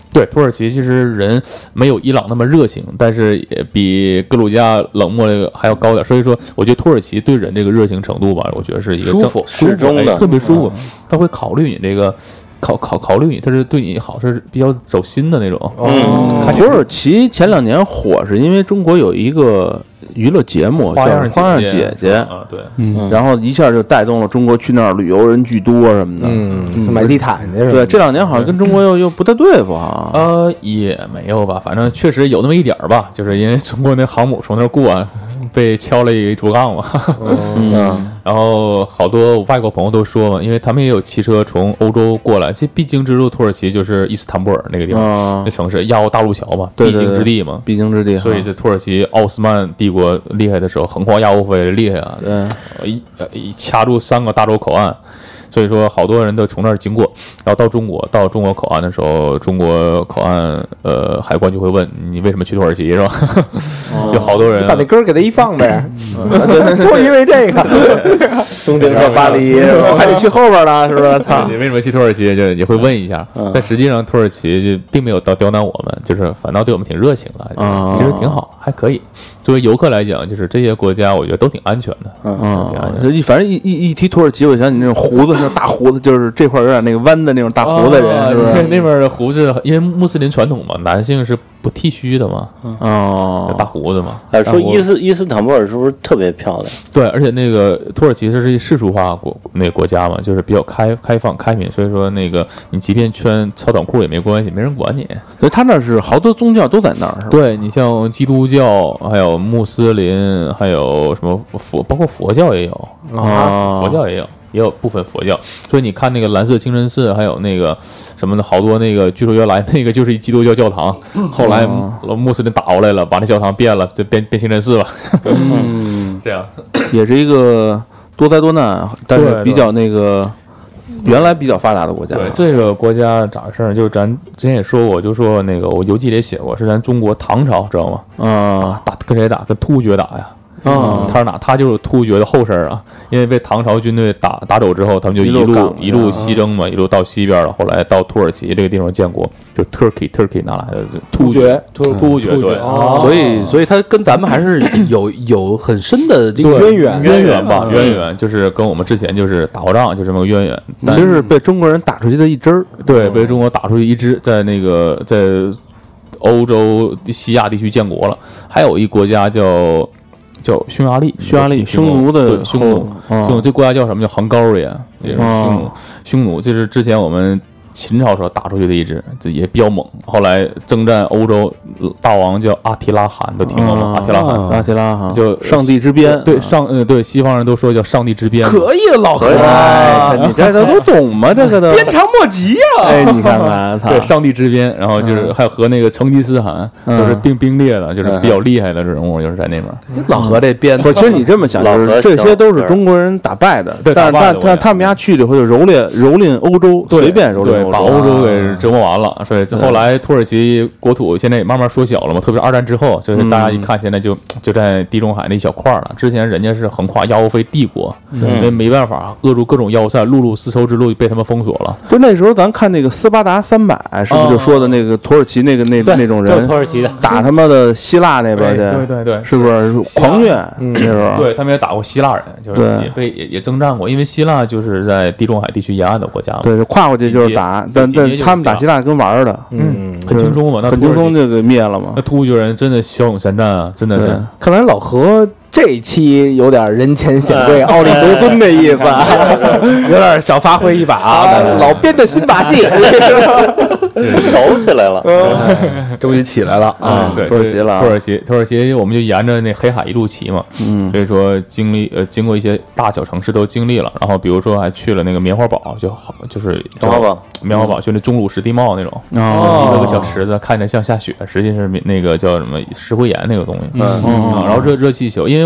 对，土耳其其实人没有伊朗那么热情，但是也比格鲁吉亚冷漠这个还要高点。所以说，我觉得土耳其对人这个热情程度吧，我觉得是一个舒服适中的， 特别舒服。他会考虑你这个。考考考虑你，他是对你好，是比较走心的那种。 嗯，土耳其前两年火是因为中国有一个娱乐节目叫《花样姐姐》 啊，对， 嗯，然后一下就带动了中国去那儿旅游人巨多什么的， 嗯，买地毯去是吧？ 对，这两年好像跟中国又又不太对付啊。 呃，也没有吧，反正确实有那么一点儿吧，就是因为中国那航母从那儿过、啊，被敲了一竹杠嘛。嗯。然后好多外国朋友都说嘛，因为他们也有骑车从欧洲过来，这必经之路土耳其就是伊斯坦布尔那个地方，哦、那城市亚欧大陆桥嘛， 对必经之地嘛， 必经之地。 所以这土耳其奥斯曼帝国厉害的时候，横跨亚欧非厉害啊， 对， 一一掐住三个大洲口岸。所以说，好多人都从那儿经过，然后到中国，到中国口岸的时候，中国口岸呃海关就会问你为什么去土耳其，是吧？哦、有好多人、啊、 把那歌给他一放呗，嗯、就因为这个，东京到巴黎，还得去后边呢，是不是？ 你为什么去土耳其？就也会问一下，嗯、但实际上土耳其就并没有到刁难我们，就是反倒对我们挺热情的，嗯、其实挺好，还可以。作为游客来讲，就是这些国家，我觉得都挺安全的。 嗯嗯，一反正一一一提土耳其，我想你那种胡子，那大胡子，就是这块有点那个弯的那种大胡子人，是不是？ 那边的胡子，因为穆斯林传统嘛，男性是不剃须的嘛。哦，大胡子嘛。 哎，说伊斯伊斯坦布尔是不是特别漂亮？ 对，而且那个土耳其是一世俗化国那个国家嘛，就是比较开开放开明，所以说那个你即便穿超短裤也没关系，没人管你。 所以他那是好多宗教都在那儿，是吧？ 对，你像基督教，还有穆斯林，还有什么佛，包括佛教也有啊，佛教也有。也有部分佛教，所以你看那个蓝色清真寺，还有那个什么的，好多那个，据说原来那个就是一基督教教堂，后来穆斯林打过来了，把那教堂变了，就变变清真寺了。嗯，这样也是一个多灾多难，但是比较那个原来比较发达的国家。 对，这个国家咋回事？就是咱之前也说过，就说那个我游记里也写过，是咱中国唐朝，知道吗？啊，打跟谁打？跟突厥打呀。啊、嗯，他是哪？他就是突厥的后身啊，因为被唐朝军队打打走之后，他们就一路一路西征嘛，一路到西边了。后来到土耳其这个地方建国，就 Turkey Turkey 哪来的？突厥， 突突厥对， 哦、所以所以他跟咱们还是有有很深的这个渊源渊源吧，渊源就是跟我们之前就是打过仗，就这么个渊源。 其实是被中国人打出去的一支， 对，被中国打出去一支，在那个在欧洲西亚地区建国了。还有一国家叫。叫匈牙利， 匈牙利匈奴的匈奴，匈奴这国家叫什么？叫杭高瑞啊，也是匈奴。匈奴这是之前我们秦朝时候打出去的一支，这也比较猛。后来征战欧洲，大王叫阿提拉汗，都听过吗？阿提拉汗， 阿提拉汗， 就上帝之鞭。 对上，呃，对西方人都说叫上帝之鞭。 可以，老何， 哎，你这都懂吗？这个都鞭长莫及呀！ 哎，你看看， 对上帝之鞭，然后就是还有和那个成吉思汗都是并并列的，就是比较厉害的人物，就是在那边。 老何这鞭， 不，其实你这么想，就是这些都是中国人打败的，但是但但他们家去了以后就蹂躏蹂躏欧洲，随便蹂躏。 把欧洲给折磨完了，所以后来土耳其国土现在也慢慢缩小了嘛，特别是二战之后，就是大家一看现在就就在地中海那一小块了。之前人家是横跨亚欧非帝国，因为没办法扼住各种要塞，陆路丝绸之路被他们封锁了。 就那时候咱看那个斯巴达三百，是不是就说的那个土耳其那个那那种人， 土耳其的打他妈的希腊那边去， 对对对， 是不是狂虐？那时候对他们也打过希腊人，就是也被也也征战过，因为希腊就是在地中海地区沿岸的国家嘛， 对，跨过去就是打。但但他们打希腊跟玩的， 嗯，很轻松嘛，那很轻松就给灭了嘛。 那突厥人真的骁勇善战啊，真的是。 看来老何这一期有点人前显贵、傲立独尊的意思， 有点想发挥一把啊， 老编的新把戏， 抖起来了， 终于起来了啊！ 对， 土耳其了， 土耳其，土耳其，我们就沿着那黑海一路骑嘛，嗯，所以说经历呃，经过一些大小城市都经历了，然后比如说还去了那个棉花堡，就好就是棉花堡， 棉花堡就那钟乳石地貌那种，哦，一个个小池子，看着像下雪，实际是那个叫什么石灰岩那个东西，嗯嗯，然后热热气球，因为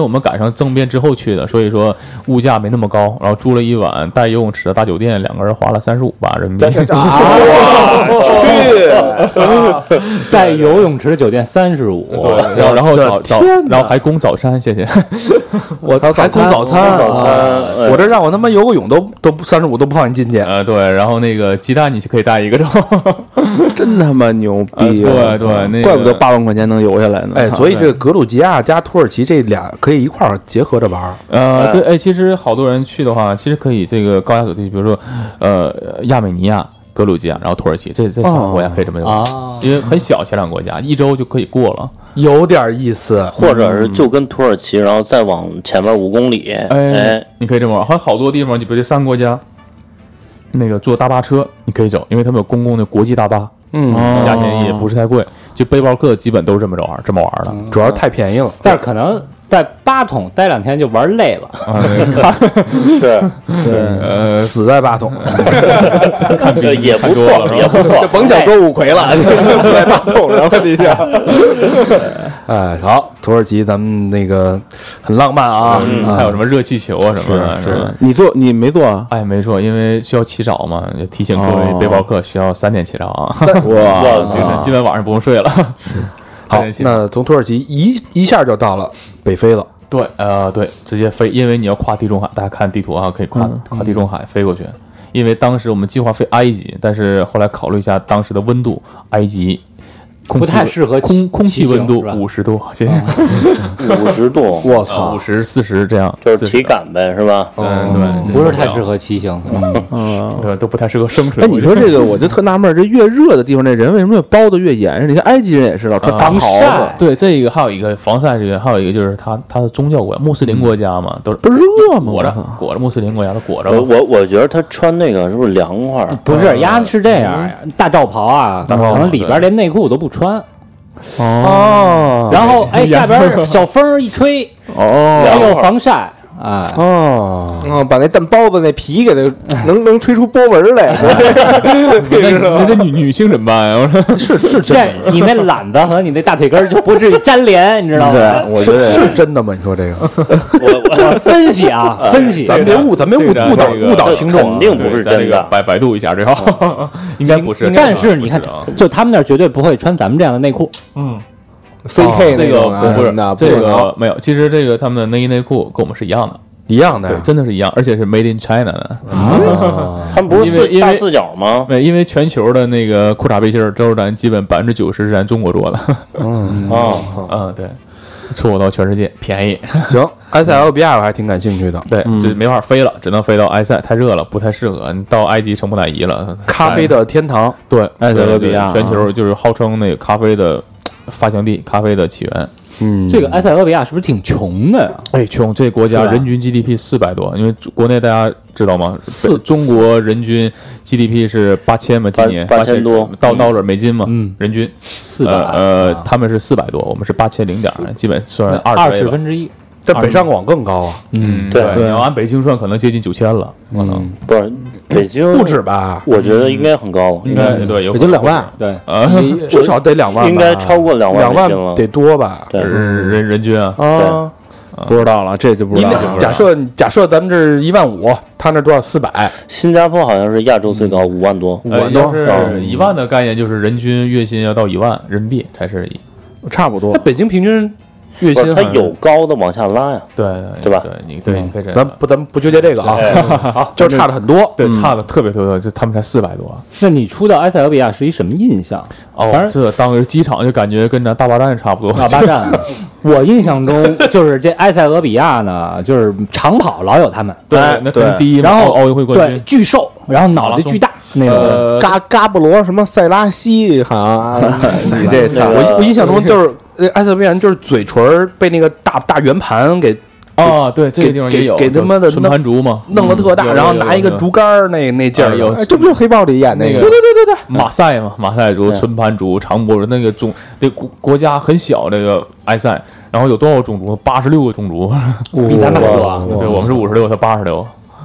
我们赶上政变之后去的，所以说物价没那么高，然后住了一晚带游泳池的大酒店，两个人花了三十五吧人民币。 带游泳池的酒店三十五， 然后然后早早，然后还供早餐，谢谢。 我还供早餐， 早餐我这让我他妈游个泳都都三十五都不放你进去。 呃，对，然后那个鸡蛋你是可以带一个钟， 真他妈牛逼！ 对对，那怪不得八万块钱能游下来呢。 哎，所以这个格鲁吉亚加土耳其这俩可以一块儿结合着玩。 呃，对，哎，其实好多人去的话，其实可以这个高加索地区，比如说呃亚美尼亚、格鲁吉亚，然后土耳其这这三个国家可以这么游， 哦、 因为很小，前两个国家一周就可以过了， 有点意思。 或者是就跟土耳其，然后再往前面五公里， 哎， 哎你可以这么玩。还有好多地方，就比如这三个国家，那个坐大巴车你可以走，因为他们有公共的国际大巴， 嗯， 价钱也不是太贵，就背包客基本都是这么着玩，这么玩的。 主要是太便宜了， 但是可能在巴统待两天就玩累了。 啊， 是， 对，呃，死在巴统， 看也不错，也不错， 甭想捉五魁了，死在巴统上了，你讲。 哎，好，土耳其咱们那个很浪漫啊， 嗯，还有什么热气球啊什么的，是吧？ 你做你没做啊？ 哎，没错，因为需要起早嘛，也提醒各位背包客需要三点起床啊， 哇， 基本晚上不用睡了。 好，那从土耳其一一下就到了北非了。 对，呃，对，直接飞，因为你要跨地中海，大家看地图啊，可以跨、嗯、跨地中海飞过去。因为当时我们计划飞埃及，但是后来考虑一下当时的温度，埃及空气不太适合空空气温度五十度，谢谢。 五十度， 我操， 五十四十这样， 就是体感呗，是吧？ 嗯，对， 不是太适合骑行， 嗯，对，都不太适合生存。 哎，你说这个，我就特纳闷，这越热的地方，那人为什么要包的越严实？你看埃及人也是老穿防晒， 对，这个还有一个防晒这个，还有一个就是他他的宗教国家，穆斯林国家嘛，都是不是热吗？ 裹着裹着穆斯林国家都裹着。 我我我觉得他穿那个是不是凉快？ 不是，丫是这样，大罩袍啊，可能里边连内裤都不穿。 哦， 然后哎，下边小风一吹， 哦， 还有防晒，哎， 哦， 嗯，把那蛋包子那皮给它能能吹出波纹来。 那这女女性怎么办呀？我说是是真的， 你那懒子和你那大腿根就不至于粘连，你知道吗？ 对，我觉得是真的吗？你说这个， 我我分析啊，分析， 咱别误，咱别误误导误导听众， 肯定不是真的。 百百度一下最好，应该不是。 但是你看，就他们那儿绝对不会穿咱们这样的内裤。 嗯。 C K 这个不是那这个没有，其实这个他们的内衣内裤跟我们是一样的， 一样的， 对，真的是一样，而且是 Made in China 的。 他们不是四大四角吗？ 对，因为全球的那个裤衩背心儿都是咱基本百分之九十是咱中国做的。 嗯哦嗯，对，出口到全世界便宜。 行，埃塞俄比亚我还挺感兴趣的， 对，就没法飞了，只能飞到埃塞，太热了，不太适合。你到埃及成不乃伊了， 咖啡的天堂， 对， 埃塞俄比亚全球就是号称那个咖啡的发祥地，咖啡的起源。 嗯， 这个埃塞俄比亚是不是挺穷的呀？ 哎，穷，这国家人均 G D P 四百多，因为国内大家知道吗？四中国人均 G D P 是八千嘛，今年八千多， 到到了美金嘛， 嗯， 人均四百， 呃，他们是四百多，我们是八千零点，基本算二十分之一。 这北上广更高啊， 嗯， 对， 你要按北京算，可能接近九千了，可能不是北京不止吧？ 我觉得应该很高， 应该对，有北京两万， 对， 呃， 至少得两万， 应该超过两万， 两万得多吧？ 对， 人人均啊， 啊， 不知道了，这就不知道了。 假设假设咱们这是一万五，他那多少四百？ 新加坡好像是亚洲最高，五万多， 五万多是一万的概念，就是人均月薪要到一万人民币才是， 差不多。 那北京平均月薪它有高的往下拉呀， 对对吧？ 对，你对，你可以这样。 咱不咱不纠结这个啊，好，就差的很多， 对，差的特别特别多，就他们才四百多。 那你出到埃塞俄比亚是一什么印象？ 哦，这当时机场就感觉跟咱大巴站差不多。 大巴站，我印象中就是这埃塞俄比亚呢，就是长跑老有他们， 对，那肯定第一， 然后奥运会冠军， 巨瘦，然后脑袋巨大那个嘎嘎布罗什么塞拉西，好像你这我我印象中就是呃埃塞俄比亚人就是嘴唇被那个大大圆盘给。 啊，对，这个地方也有， 给他妈的纯盘竹嘛， 弄得特大，然后拿一个竹竿那那劲儿有， 这不就黑豹里演那个？ 对对对对对， 马赛嘛，马赛族、纯盘竹、长脖那个种，这国国家很小，这个埃塞，然后有多少种族？八十六个种族， 比咱们还多。 对，我们是五十六，他八十六。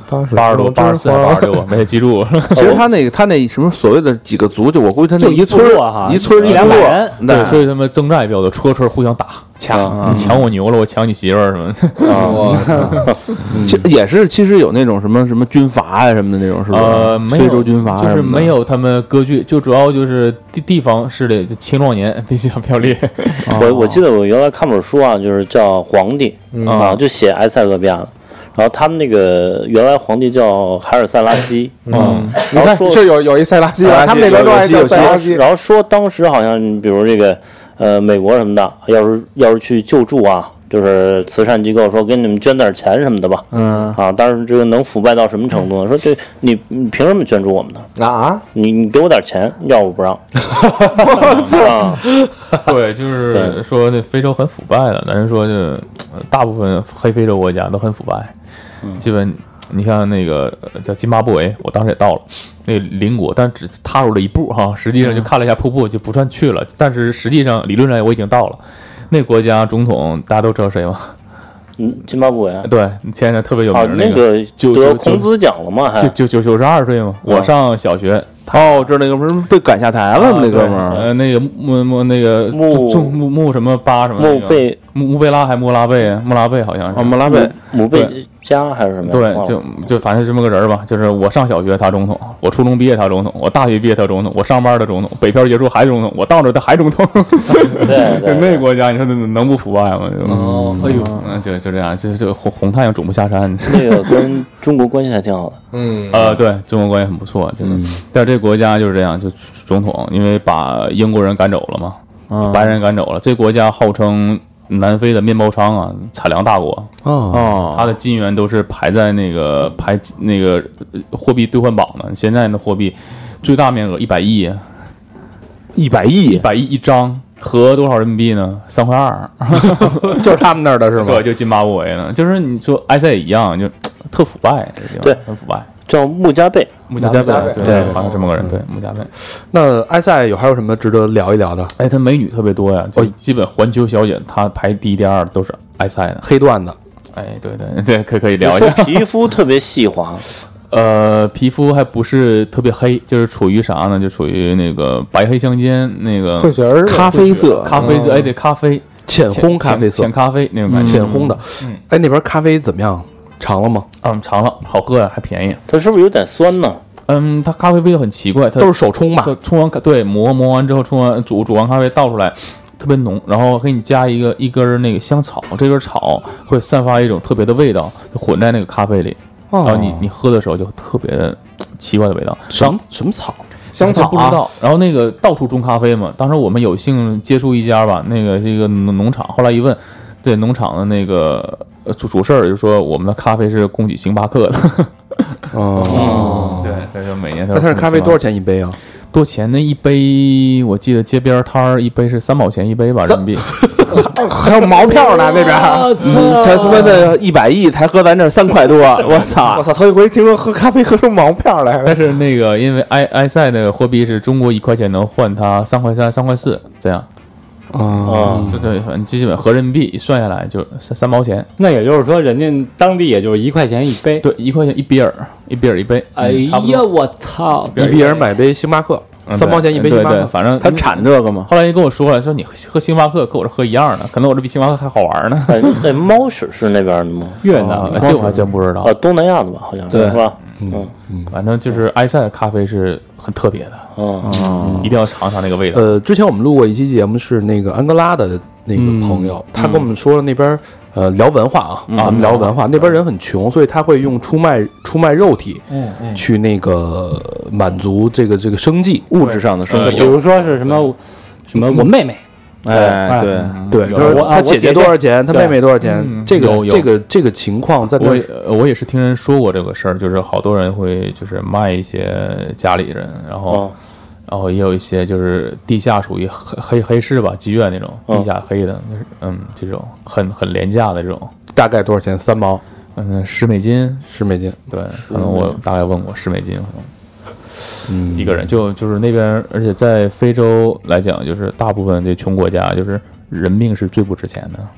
八十多、八十四、八十六，没记住。 其实他那个他那什么所谓的几个族，就我估计他那就一村哈， 一村一两百人， 对，所以他们征战也比较多，车车互相打抢，你抢我牛了，我抢你媳妇儿什么的。 啊，其也是其实有那种什么什么军阀呀什么的那种，是吧？ 呃， 非洲军阀就是没有他们割据，就主要就是地地方势力，就青壮年必须要剽猎。 我我记得我原来看本书啊，就是叫《皇帝》啊，就写埃塞俄比亚的。然后他们那个原来皇帝叫海尔塞拉西， 嗯， 然后说是有有一塞拉西，他们那边都爱叫塞拉西。 然后说当时好像比如这个呃美国什么的，要是要是去救助啊，就是慈善机构说给你们捐点钱什么的吧，嗯啊，但是这个能腐败到什么程度呢？说这你你凭什么捐助我们呢？ 啊， 你你给我点钱，要我不让。 啊，对，就是说那非洲很腐败的，但是说就大部分黑非洲国家都很腐败。基本你看那个叫津巴布韦，我当时也到了那个邻国，但只踏入了一步哈，实际上就看了一下瀑布，就不算去了。但是实际上理论上我已经到了。那国家总统大家都知道谁吗？ 嗯，津巴布韦。 对，现在特别有名、 哦、那个就得孔子奖了吗？还就就就九十二岁嘛。我上小学。 哦，这那个不是被赶下台了吗？那哥们儿， 呃，那个木木那个木木木什么巴什么木贝木木贝拉还穆拉贝穆拉贝好像是啊，穆拉贝姆贝加还是什么？ 对，就就反正这么个人吧。就是我上小学他总统，我初中毕业他总统，我大学毕业他总统，我上班的总统，北漂结束还总统，我到这他还总统。 对对， 那国家你说能不腐败吗？ 哦，哎呦， 嗯，就就这样，就就红红太阳总不下山。 那个跟中国关系还挺好的。 嗯， 呃，对中国关系很不错，真的。但是这国家就是这样，就总统因为把英国人赶走了嘛，白人赶走了，这国家号称南非的面包商啊，产粮大国哦， 它的金元都是排在那个排那个货币兑换榜呢。现在的货币最大面额一百亿， 一百亿， 一百亿一张，合多少人民币呢？三块二， 就是他们那儿的是吗？ 对，就津巴布韦呢。就是你说埃塞也一样，就特腐败， 对， 很腐败。 叫穆加贝， 穆加贝， 对对，好像这么个人，对，穆加贝。 那埃塞有还有什么值得聊一聊的？ 哎，他美女特别多呀，就基本环球小姐，她排第一、第二都是埃塞的黑段子。 哎，对对对，可可以聊一下。 皮肤特别细滑， 呃，皮肤还不是特别黑，就是处于啥呢？就处于那个白黑相间，那个混血儿， 咖啡色， 咖啡色，哎，对，咖啡， 浅烘咖啡色， 浅咖啡那种感觉， 浅烘的。哎，那边咖啡怎么样？尝了吗？ 嗯，尝了，好喝呀，还便宜。 它是不是有点酸呢？ 嗯，它咖啡味道很奇怪，它都是手冲吧？ 它冲完对磨磨完之后，冲完煮煮完咖啡倒出来，特别浓，然后给你加一个一根那个香草，这根草会散发一种特别的味道，就混在那个咖啡里， 哦、 然后你你喝的时候就特别奇怪的味道。 什么什么草？ 香草、啊、不知道。然后那个到处种咖啡嘛，当时我们有幸接触一家吧，那个是一个农场，后来一问，对农场的那个。主主事儿就说我们的咖啡是供给星巴克的。 哦， 对，他说每年他那他是咖啡多少钱一杯啊？ 多钱呢？一杯我记得街边摊儿一杯是三毛钱一杯吧，人民币。 还有毛票呢那边。 嗯，他他妈的一百亿才喝咱这三块多，我操！ 我操！头一回听说喝咖啡喝出毛票来了。 但是那个因为埃埃塞的货币是中国一块钱能换它三块三、三块四这样。 啊， 对对，反正基本合人民币一算下来就三三毛钱。 那也就是说，人家当地也就是一块钱一杯。 对，一块钱一比尔，一比尔一杯。 哎呀，我操！ 一比尔买杯星巴克，三毛钱一杯星巴克。 对对，反正他产这个嘛。 后来人跟我说了，说你喝星巴克跟我这喝一样的，可能我这比星巴克还好玩呢。 哎，那猫屎是那边的吗？ 越南的，这我还真不知道。 呃，东南亚的吧，好像是吧？ 嗯嗯，反正就是埃塞的咖啡是很特别的， 嗯， 一定要尝尝那个味道。 呃，之前我们录过一期节目，是那个安哥拉的那个朋友，他跟我们说那边呃聊文化啊，咱们聊文化，那边人很穷，所以他会用出卖出卖肉体，嗯嗯，去那个满足这个这个生计物质上的生活， 比如说是什么什么我妹妹。 哎，对对，他说他姐姐多少钱，他妹妹多少钱，这个这个这个情况在我我也是听人说过这个事儿，就是好多人会就是卖一些家里人，然后然后也有一些就是地下属于黑黑黑市吧，妓院那种地下黑的，嗯，这种很很廉价的这种， 大概多少钱？三毛， 嗯，十美金， 十美金， 对，可能我大概问过十美金，可能。 嗯， 一个人就就是那边，而且在非洲来讲，就是大部分这穷国家，就是人命是最不值钱的。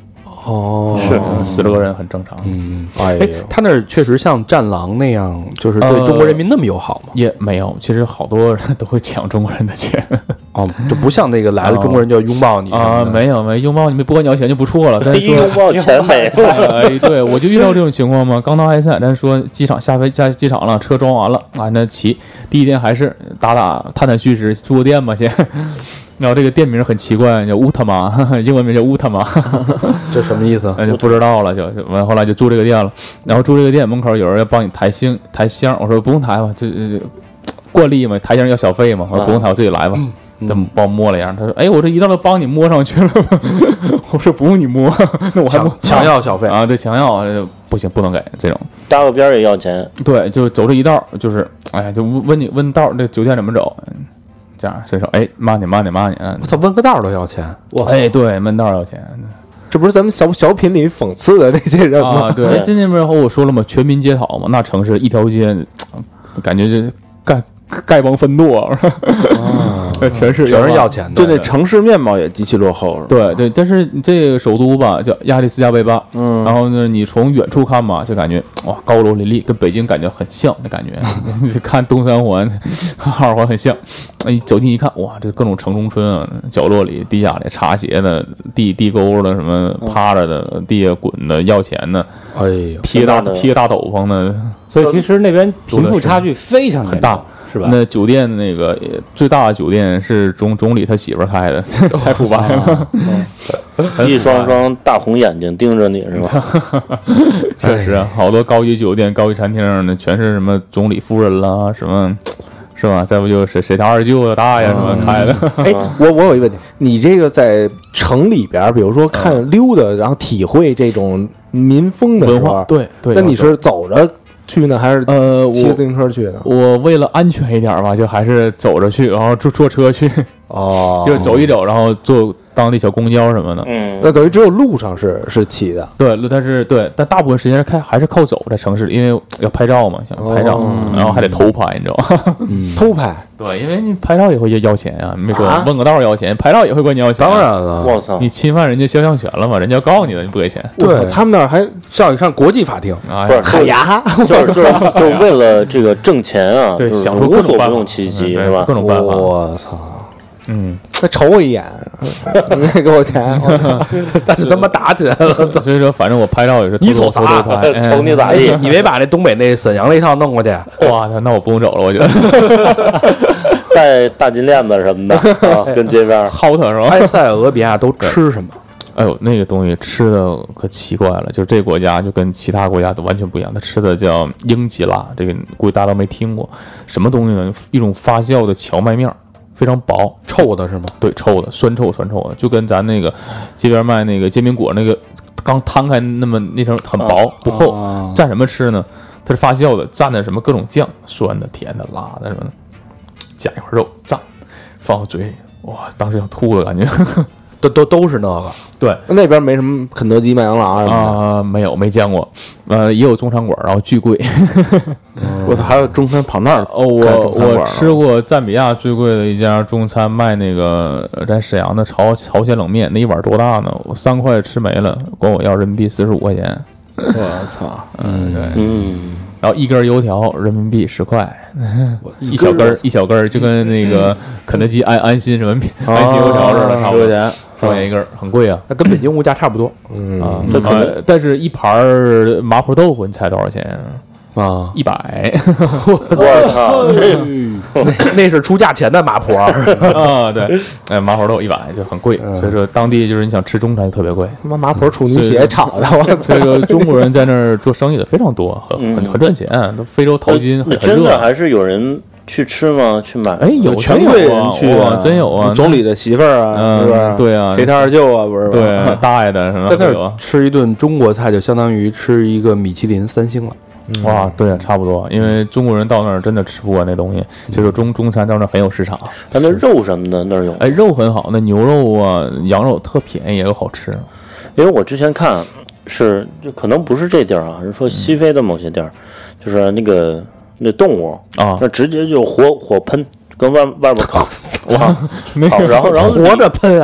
哦， 是死了个人很正常。 嗯， 哎哎，他那儿确实像战狼那样，就是对中国人民那么友好吗？ 也没有，其实好多人都会抢中国人的钱。 哦，就不像那个来了中国人就要拥抱你啊，没有没有拥抱你们，不管你要钱就不错了。但是说拥抱钱没了， 哎，对我就遇到这种情况嘛。刚到埃塞，咱说机场下飞下机场了，车装完了啊，那骑第一天还是打打探探虚实，住个店吧先。然后这个店名很奇怪，叫乌特玛，英文名叫乌特玛， 这什么意思？ 那就不知道了，就完后来就住这个店了。然后住这个店门口有人要帮你抬箱抬箱，我说不用抬吧，就就惯例嘛，抬箱要小费嘛，我说不用抬，我自己来吧。他帮我摸了一下，他说：“哎，我这一道都帮你摸上去了吗？”我说：“不用你摸，那我还摸强要小费啊？对，强要不行，不能给这种。 搭个边也要钱。 对，就走这一道，就是哎呀，就问你问道，这酒店怎么走？这样伸手，哎，慢点，慢点，慢点。 我操，问个道都要钱？ 哇，哎，对，问道要钱。 这不是咱们小小品里讽刺的这些人吗？ 啊，对，这那边和我说了嘛，全民街讨嘛，那城市一条街，感觉就丐丐帮分舵，啊，全是全是要钱的， 就那城市面貌也极其落后。 对对，但是这个首都吧，叫亚的斯加贝巴，嗯，然后呢，你从远处看吧，就感觉哇，高楼林立，跟北京感觉很像的感觉。看东三环、二环很像，一走近一看，哇，这各种城中村啊，角落里、地下里擦鞋的、地地沟的，什么趴着的、地下滚的、要钱的， 哎呦， 披大披大斗篷的。 所以其实那边贫富差距非常很大。 是吧？ 那酒店那个最大的酒店是总总理他媳妇儿开的，太腐败了， 一双双大红眼睛盯着你是吧？ 确实，好多高级酒店、高级餐厅呢，全是什么总理夫人啦，什么是吧？再不就谁谁他二舅大爷什么开的。 哎，我我有一个问题，你这个在城里边，比如说看溜达，然后体会这种民风的文化，对对， 那你是走着去呢，还是呃骑自行车去呢？ 我为了安全一点吧，就还是走着去，然后坐坐车去。 哦， 就走一走，然后坐当地小公交什么的。 嗯， 那等于只有路上是是骑的。 对，但是对，但大部分时间是开还是靠走在城市里，因为要拍照嘛，想拍照， 哦、 然后还得偷拍，你知道吗？ 嗯，偷拍。 对，因为你拍照也会要钱啊，没说问个道要钱，拍照也会管你要钱、啊。 当然了， 我操， 你侵犯人家肖像权了嘛？人家要告你的，你不给钱。 对他们那儿还上上国际法庭， 啊， 不是海牙， 就是就是就是为了这个挣钱啊， 对， 就是想出各种办法， 无所不用其极，是吧？ 各种办法。 我操！ 嗯， 再瞅我一眼，你给我钱， 但是他妈打起来了。 所以说，反正我拍照也是你瞅啥？ 瞅你咋地？ 你没把那东北那沈阳那套弄过去？ 哇，那我不用走了，我觉得。 戴大金链子什么的啊，跟这边薅他是吧？ 埃塞俄比亚都吃什么？ 哎呦，那个东西吃的可奇怪了，就是这国家就跟其他国家都完全不一样，它吃的叫英吉拉，这个估计大家都没听过，什么东西呢？一种发酵的荞麦面。非常薄， 臭的是吗？ 对，臭的，酸臭酸臭的，就跟咱那个街边卖那个煎饼果那个刚摊开那么那层很薄、啊、不厚，啊、蘸什么吃呢？它是发酵的，蘸的什么各种酱，酸的、甜的、辣的什么的，加一块肉蘸，放到嘴里，哇，当时想吐了感觉。 都都都是那个， 对， 那边没什么肯德基、麦当劳什么的啊、呃，没有，没见过。呃，也有中餐馆，然后巨贵。 嗯、我操，还有中餐跑那儿哦，我我吃过赞比亚最贵的一家中餐，卖那个在沈阳的朝朝鲜冷面，那一碗多大呢？我三块吃没了，管我要人民币四十五块钱。 我操， 嗯，对， 嗯。 然后一根油条人民币十块，一小根儿一小根儿，就跟那个肯德基安安心什么安心油条似的，差不多钱，十块钱一根，很贵啊。 那跟北京物价差不多， 嗯啊，呃，但是一盘麻婆豆腐你猜多少钱啊？ 一百。 我操， 这那是出价钱的麻婆啊，对，哎，麻婆豆一百就很贵，所以说当地就是你想吃中餐特别贵。 他妈麻婆处女血炒的， 所以说中国人在那儿做生意的非常多，很很很赚钱，都非洲淘金很真的还是有人去吃吗？去买？ 哎，有全贵人去啊，真有啊！ 总理的媳妇儿啊，是不是？ 对啊， 谁他二舅啊，不是？ 对，大爷的什么？ 在那儿吃一顿中国菜，就相当于吃一个米其林三星了。 哇，对啊，差不多，因为中国人到那儿真的吃不惯那东西，就是中中餐到那儿很有市场。 但那肉什么的那儿有， 哎，肉很好，那牛肉啊、羊肉特便宜，也又好吃。 因为我之前看是，就可能不是这地儿啊，是说西非的某些地儿，就是那个那动物啊， 那直接就活火喷，跟外外边烤， 哇， 好，然后然后活着喷啊。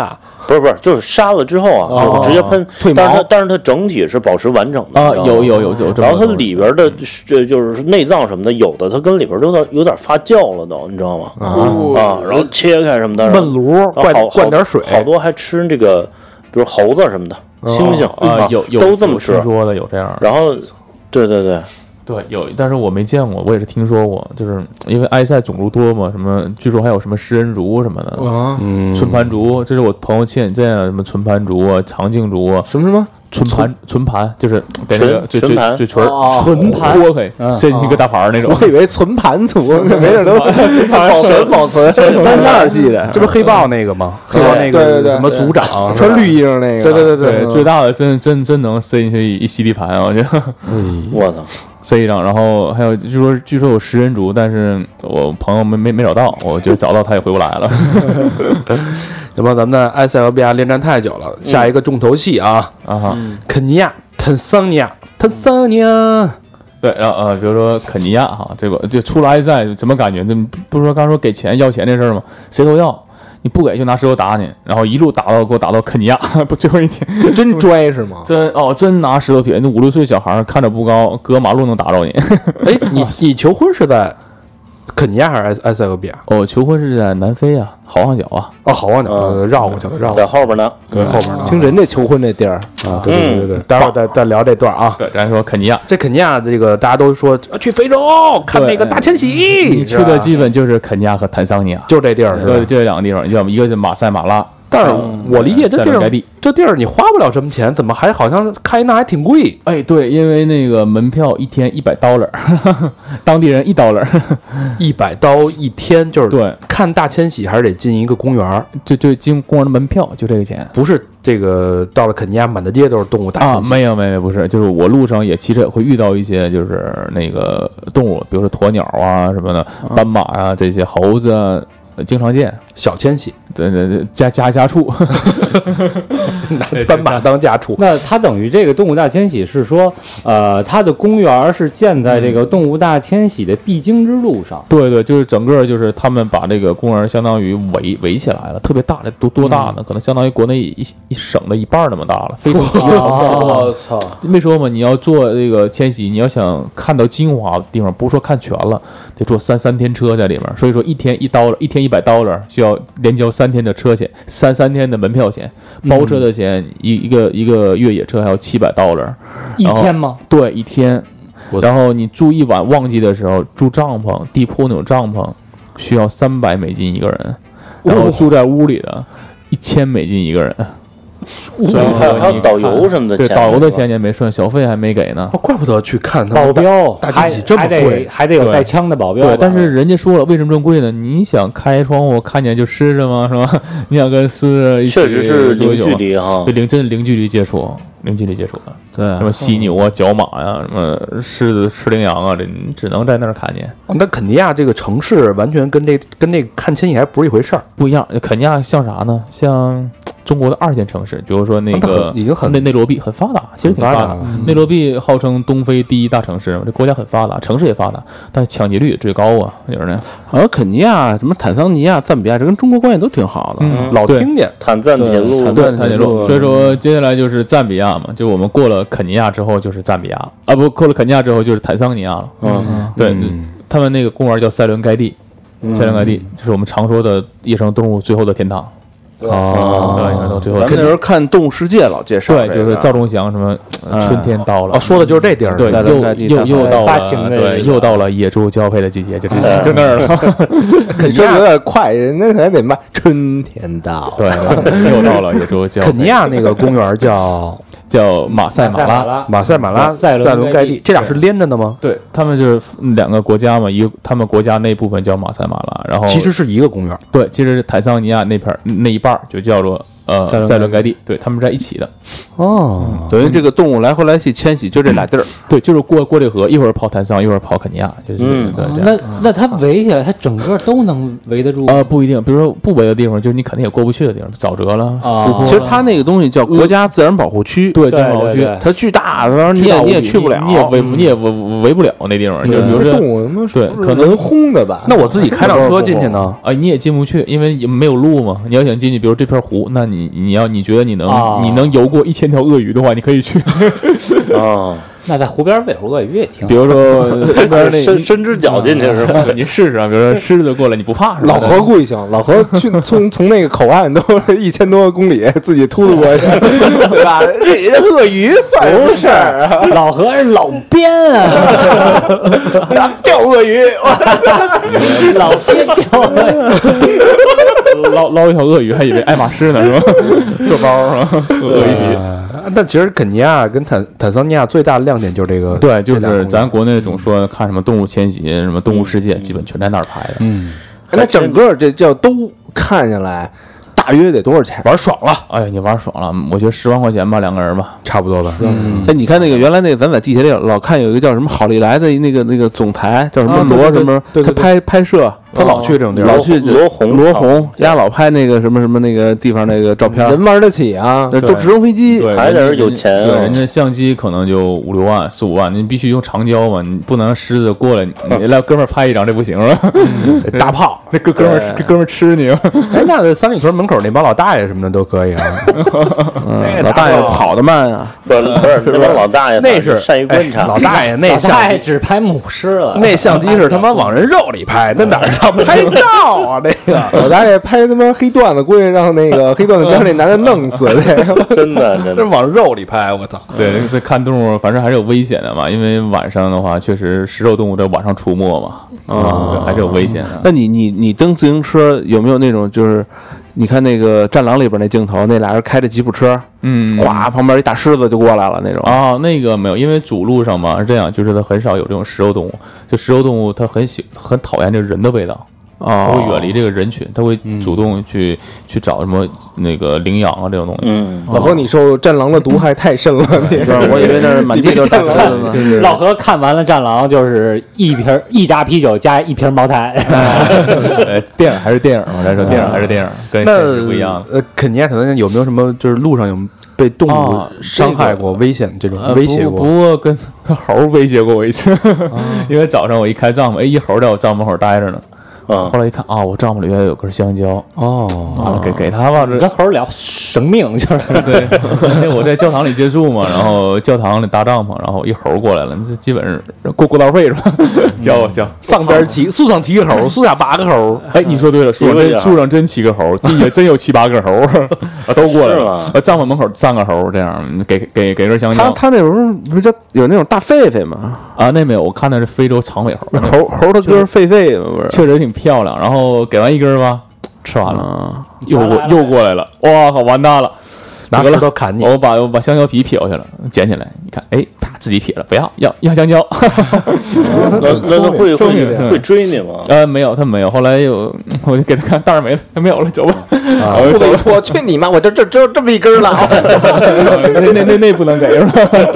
不是不是，就是杀了之后啊， 哦直接喷退毛但是它但是它整体是保持完整的啊， 你知道吗有有有有这么多， 然后它里边的这就是内脏什么的，有的它跟里边有点有点发酵了都，你知道吗？啊，然后切开什么的， 焖炉灌好灌点水， 好多还吃这个，比如猴子什么的，猩猩啊，有有都这么吃有听说的有这样， 然后，对对对， 对，有，但是我没见过，我也是听说过，就是因为埃塞种族多嘛，什么据说还有什么食人族什么的， 啊， 嗯， 纯盘族，这是我朋友亲眼见的，什么纯盘族啊、长颈族啊， 什么什么纯盘纯盘就是给那个纯嘴纯盘嘴嘴唇哦纯盘剥开，伸进一个大盘儿那种。 我以为存盘族，没准都保存保存三十二 G 的， 这不是黑豹那个吗？黑豹那对对对个什么组长穿绿衣裳那个， 对对对对，最大的真真真能塞进去一一吸地盘啊！我觉得我操， 塞一张，然后还有据说据说有食人族，但是我朋友没没没找到，我觉得找到他也回不来了。 那么咱们的埃塞俄比亚恋战太久了，下一个重头戏啊， 啊哈， 肯尼亚、坦桑尼亚、坦桑尼亚， 对，然后呃，比如说肯尼亚哈，这个就出了埃塞，怎么感觉？那不是说刚说给钱要钱这事儿吗？谁都要。你不给就拿石头打你，然后一路打到给我打到肯尼亚，不最后一天真拽是吗？ 真哦真拿石头撇，那五六岁小孩看着不高，隔马路能打着你。 哎，你你求婚是在肯尼亚还是埃埃塞俄比亚？ 哦，求婚是在南非啊，好望角啊。 哦，好望角，呃绕过去了，绕过去在了， 后边呢， 对，后边呢听人家求婚这地儿， 啊，对对对对对，待会儿再再聊这段啊。 对，咱说肯尼亚， 这肯尼亚这个大家都说啊去非洲看那个大迁徙， 你去的基本就是肯尼亚和坦桑尼亚， 就这地儿是吧对，？这两个地方，要么一个是马赛马拉， 但是我理解这地儿塞伦盖蒂， 这地儿你花不了什么钱，怎么还好像看一那还挺贵？ 哎，对，因为那个门票一天一百 dollar，当地人一 dollar， 一百刀一天，就是对， 看大迁徙还是得进一个公园儿， 就就进公园的门票就这个钱。 不是这个到了肯尼亚满大街都是动物大啊， 迁徙。 没有没有，不是，就是我路上也骑车也会遇到一些就是那个动物，比如说鸵鸟啊什么的，斑马啊这些猴子啊，经常见。 小迁徙， 对对对，家家家畜， 斑马当家畜。 那它等于这个动物大迁徙是说，呃，它的公园是建在这个动物大迁徙的必经之路上。 对对，就是整个就是他们把这个公园相当于围围起来了，特别大的，多多大呢？可能相当于国内一一省的一半那么大了，非常大。 我操！ 没说嘛，你要做这个迁徙，你要想看到精华的地方，不是说看全了，得坐三三天车在里面。所以说一天一刀了，一天一百刀了，需要连交三天的车钱，三三天的门票钱，包车的钱，一一个一个越野车还要七百刀了， 一天吗？ 对，一天。然后你住一晚，旺季的时候住帐篷，地铺那种帐篷，需要三百美金一个人，然后住在屋里的，一千美金一个人。所以还有还有导说你看游什么的对， 钱导游的是吧钱也没算，小费还没给呢。 哦，怪不得去看他保们大镖还大迁徙这么还得贵。 还得有对带枪的保镖吧。 对，但是人家说了，为什么这么贵呢？你想开窗户看见就湿着吗？是吧？你想跟狮子一起确实是零距多久吗， 离哈对，。零真零距离接触，零距离接触的。 对什么犀牛啊、角马呀、什么狮子、吃羚羊啊，这你只能在那儿看见， 哦那肯尼亚这个城市完全跟这跟那个看迁徙还不是一回事儿。 不一样。肯尼亚像啥呢？像中国的二线城市，比如说那那它个很已经很内内罗毕很发达，其实挺达很发达。 内罗毕号称东非第一大城市，这国家很发达，城市也发达，但抢劫率也最高啊，就是那。 好像肯尼亚、什么坦桑尼亚、赞比亚，这跟中国关系都挺好的。 嗯老对听见坦赞铁路对， 坦赞坦铁路。所以说接下来就是赞比亚嘛，就我们过了肯尼亚之后就是赞比亚啊，不过了肯尼亚之后就是坦桑尼亚了。 嗯， 对， 嗯他们那个公园叫塞伦盖蒂，塞伦盖蒂就是我们常说的野生动物最后的天堂。 哦对，野生动物最后咱们那时的天堂。 候看《动物世界》老介绍这对， 个， 就是赵忠祥什么呃春天到了哦，，说的就是这地儿。 对， 塞伦盖蒂又又又到发情了， 的对， 这个又到了野猪交配的季节，就就就那儿了。 你说的有点快，人家还得慢。春天到， 对，又到了野猪交配。 肯尼亚那个公园叫叫马赛马拉， 拉， 马赛马拉塞伦塞伦盖蒂盖蒂， 这俩是连着的吗？ 对他们就是两个国家嘛，一个他们国家那部分叫马赛马拉，然后其实是一个公园。 对，其实是坦桑尼亚那片儿那一半儿就叫做呃塞伦盖蒂塞伦盖蒂，对他们是在一起的， 哦， 等于这个动物来回来去迁徙，就这俩地儿。 对，就是过过这河，一会儿跑坦桑，一会儿跑肯尼亚，就是嗯对这样。 那那它围起来，它整个都能围得住？ 呃，不一定，比如说不围的地方，就是你肯定也过不去的地方，沼泽了， 啊湖泊了其实它那个东西叫国家自然保护区， 对对自然保护区， 对对它巨大，然后你也你也去不了， 你也围你也围围不了那地方，就是比如这说动物他妈对可能人轰的吧？ 那我自己开辆车进去呢？ 啊，你也进不去，因为也没有路嘛。你要想进去，比如这片湖，那你你要你觉得你能、 哦、 你能游过一千条鳄鱼的话，你可以去。 哦。 那在湖边喂会鳄鱼也挺好， 比如说湖边那伸伸只脚进去是吧？ 你试试啊，比如说狮子过来，你不怕是吧？ 老何估计行，老何去从从那个口岸都一千多公里，自己突突过去，对吧？这鳄鱼算什么事儿啊？ 老何是老编啊， 钓鳄鱼， 老编钓鳄鱼， 捞捞一条鳄鱼，还以为爱马仕呢是吧？做包是吧？鳄鱼。 但其实肯尼亚跟坦坦桑尼亚最大的亮点就是这个， 对，就是咱国内总说看什么动物迁徙、什么动物世界，基本全在那儿拍的。 嗯，那整个这叫都看下来，大约得多少钱？ 玩爽了！ 哎呀，你玩爽了，我觉得十万块钱吧，两个人吧， 差不多吧。 嗯，哎，你看那个原来那个咱在地铁里老看有一个叫什么好利来的那个那个总裁叫什么罗什么，他拍拍摄。 他老去这种地儿， 老去罗红罗红，家老拍那个什么什么那个地方那个照片， 人玩得起啊， 都直升飞机， 对， 还得是有钱啊。 对，人家相机可能就五六万、四五万，你必须用长焦嘛，你不能狮子过来，你来哥们儿拍一张，这不行了。 大炮， 那哥哥们儿这哥们儿吃你。 哎，那三里屯门口那帮老大爷什么的都可以啊。 老大爷跑得慢啊， 不是不是，那帮老大爷那是善于观察。 老大爷那相机只拍母狮了， 那相机是他妈往人肉里拍，那哪叫拍照？啊，那个老大爷拍他妈黑段子，估计让那个黑段子边那男的弄死这个， 真的真的， 这往肉里拍，我操！ 对，这看动物，反正还是有危险的嘛，因为晚上的话，确实食肉动物在晚上出没嘛，啊，还是有危险的。 那你你你蹬自行车有没有那种就是？你看那个《战狼》里边那镜头，那俩人开着吉普车， 嗯， 哗，旁边一大狮子就过来了那种。 啊，那个没有，因为主路上嘛是这样，就是它很少有这种食肉动物，就食肉动物它很喜很讨厌这个人的味道。 哦， 它会远离这个人群，它会主动去、嗯、去找什么那个羚羊啊这种东西。 嗯， 老何，你受战狼的毒害太深了，你是我以为那是满地都是战狼呢。 就是老何看完了战狼，就是一瓶一扎啤酒加一瓶茅台。 呃，电影还是电影嘛，来说电影还是电影，跟现实不一样。 呃，肯尼亚坦桑尼亚有没有什么就是路上有被动物伤害过、危险这种威胁过？ 不过跟猴威胁过我一次，因为早上我一开帐篷，哎，一猴在我帐篷门口待着呢。 嗯， 后来一看啊，我帐篷里面有根香蕉哦， 啊，给给他吧，这跟猴聊生命就是对，因为我在教堂里借宿嘛，然后教堂里搭帐篷，然后一猴过来了，这基本是过过道费是吧？教我教上边骑树上骑个猴，树下八个猴， 哎，你说对了，树上真树上真七个猴，地下真有七八个猴啊，都过来了，呃，帐篷门口三个猴，这样给给给根香蕉。 他他那时候不是叫有那种大狒狒吗？ 啊，那没有，我看的是非洲长尾猴， 猴猴的歌狒狒嘛，不是， 确实挺漂亮。然后给完一根吧，吃完了，又过又过来了，哇靠，完蛋了， 拿石头砍你！ 我把我把香蕉皮撇过去了，捡起来，你看，哎，啪，自己撇了，不要要要香蕉。 那那会会会追你吗？ 呃，没有，他没有。后来有，我就给他看，袋儿没了，他没有了，走吧。 啊，我去你妈！我这这只有这么一根了。 那那那那不能给是吧？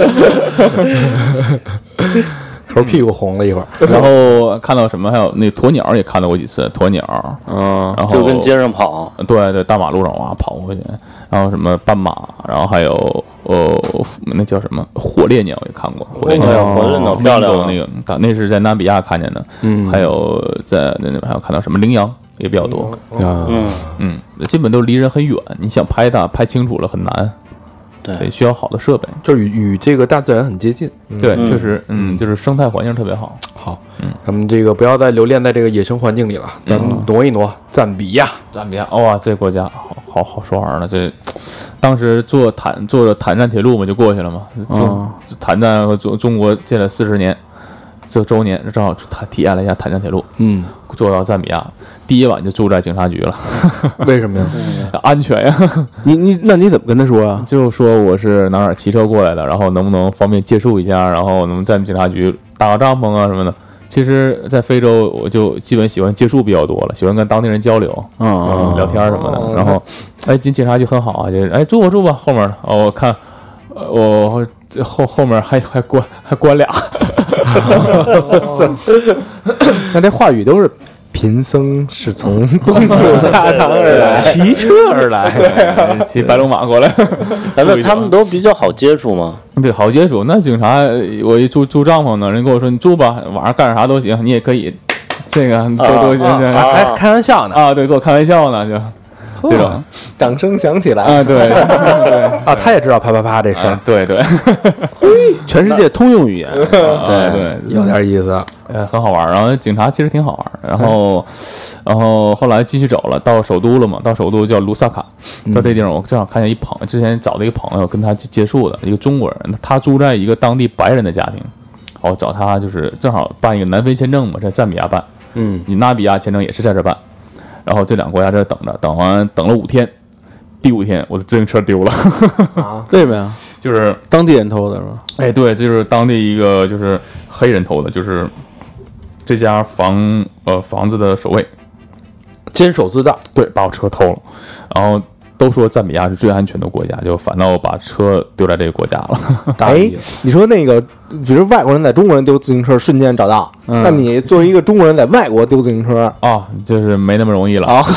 猴屁股红了一会儿， 然后看到什么？还有那鸵鸟也看到过几次，鸵鸟， 嗯， 然后就跟街上跑， 对对，大马路上哇跑过去，然后什么斑马，然后还有呃那叫什么火烈鸟也看过，火烈鸟， 火烈鸟漂亮， 那个那是在纳比亚看见的，嗯，还有在那那还有看到什么羚羊也比较多， 嗯嗯，基本都离人很远，你想拍它拍清楚了很难。对，需要好的设备， 就是与与这个大自然很接近。 对，确实，嗯，就是生态环境特别好。 好，嗯，咱们这个不要再留恋在这个野生环境里了，咱们挪一挪。赞比亚， 赞比亚，哇，这国家好好好说玩呢。这当时坐坦坐着坦赞铁路嘛，就过去了嘛。中坦赞和中中国建了四十年，这周年正好他体验了一下坦赞铁路。嗯，坐到赞比亚，第一晚就住在警察局了。 为什么呀？ 安全呀！ 你你那你怎么跟他说啊？ 就说我是哪哪骑车过来的，然后能不能方便借宿一下，然后能在警察局搭个帐篷啊什么的。其实，在非洲我就基本喜欢借宿比较多了，喜欢跟当地人交流，嗯，聊天什么的。然后，哎，进警察局很好啊，就是哎住吧住吧，后面哦我看，我后后面还还关还关俩， 那这话语都是。贫僧是从东土大唐而来， 骑车而来， 对，骑白龙马过来。 那他们都比较好接触吗？ 对，好接触。那警察，我一住住帐篷呢，人跟我说你住吧，晚上干啥都行，你也可以。这个都都还开玩笑呢啊，对，跟我开玩笑呢就。 这种掌声响起来啊，对对啊，他也知道啪啪啪这事儿， 对对， 全世界通用语言， 对对， 有点意思， 呃，很好玩。然后警察其实挺好玩，然后然后后来继续走了，到首都了嘛，到首都叫卢萨卡，到这地方我正好看见一朋友，之前找的一个朋友跟他结束的一个中国人，他住在一个当地白人的家庭，我找他就是正好办一个南非签证嘛，在赞比亚办， 嗯， 你纳比亚签证也是在这办。然后这两个国家在这等着，等完等了五天，第五天我的自行车丢了。 啊？为什么呀？ 就是当地人偷的是吧？ 哎，对，就是当地一个就是黑人偷的，就是这家房呃房子的守卫监守自盗， 对，把我车偷了。然后都说赞比亚是最安全的国家，就反倒把车丢在这个国家了。 哎，你说那个，比如外国人在中国人丢自行车瞬间找到，嗯、那你作为一个中国人在外国丢自行车啊、哦，就是没那么容易了啊。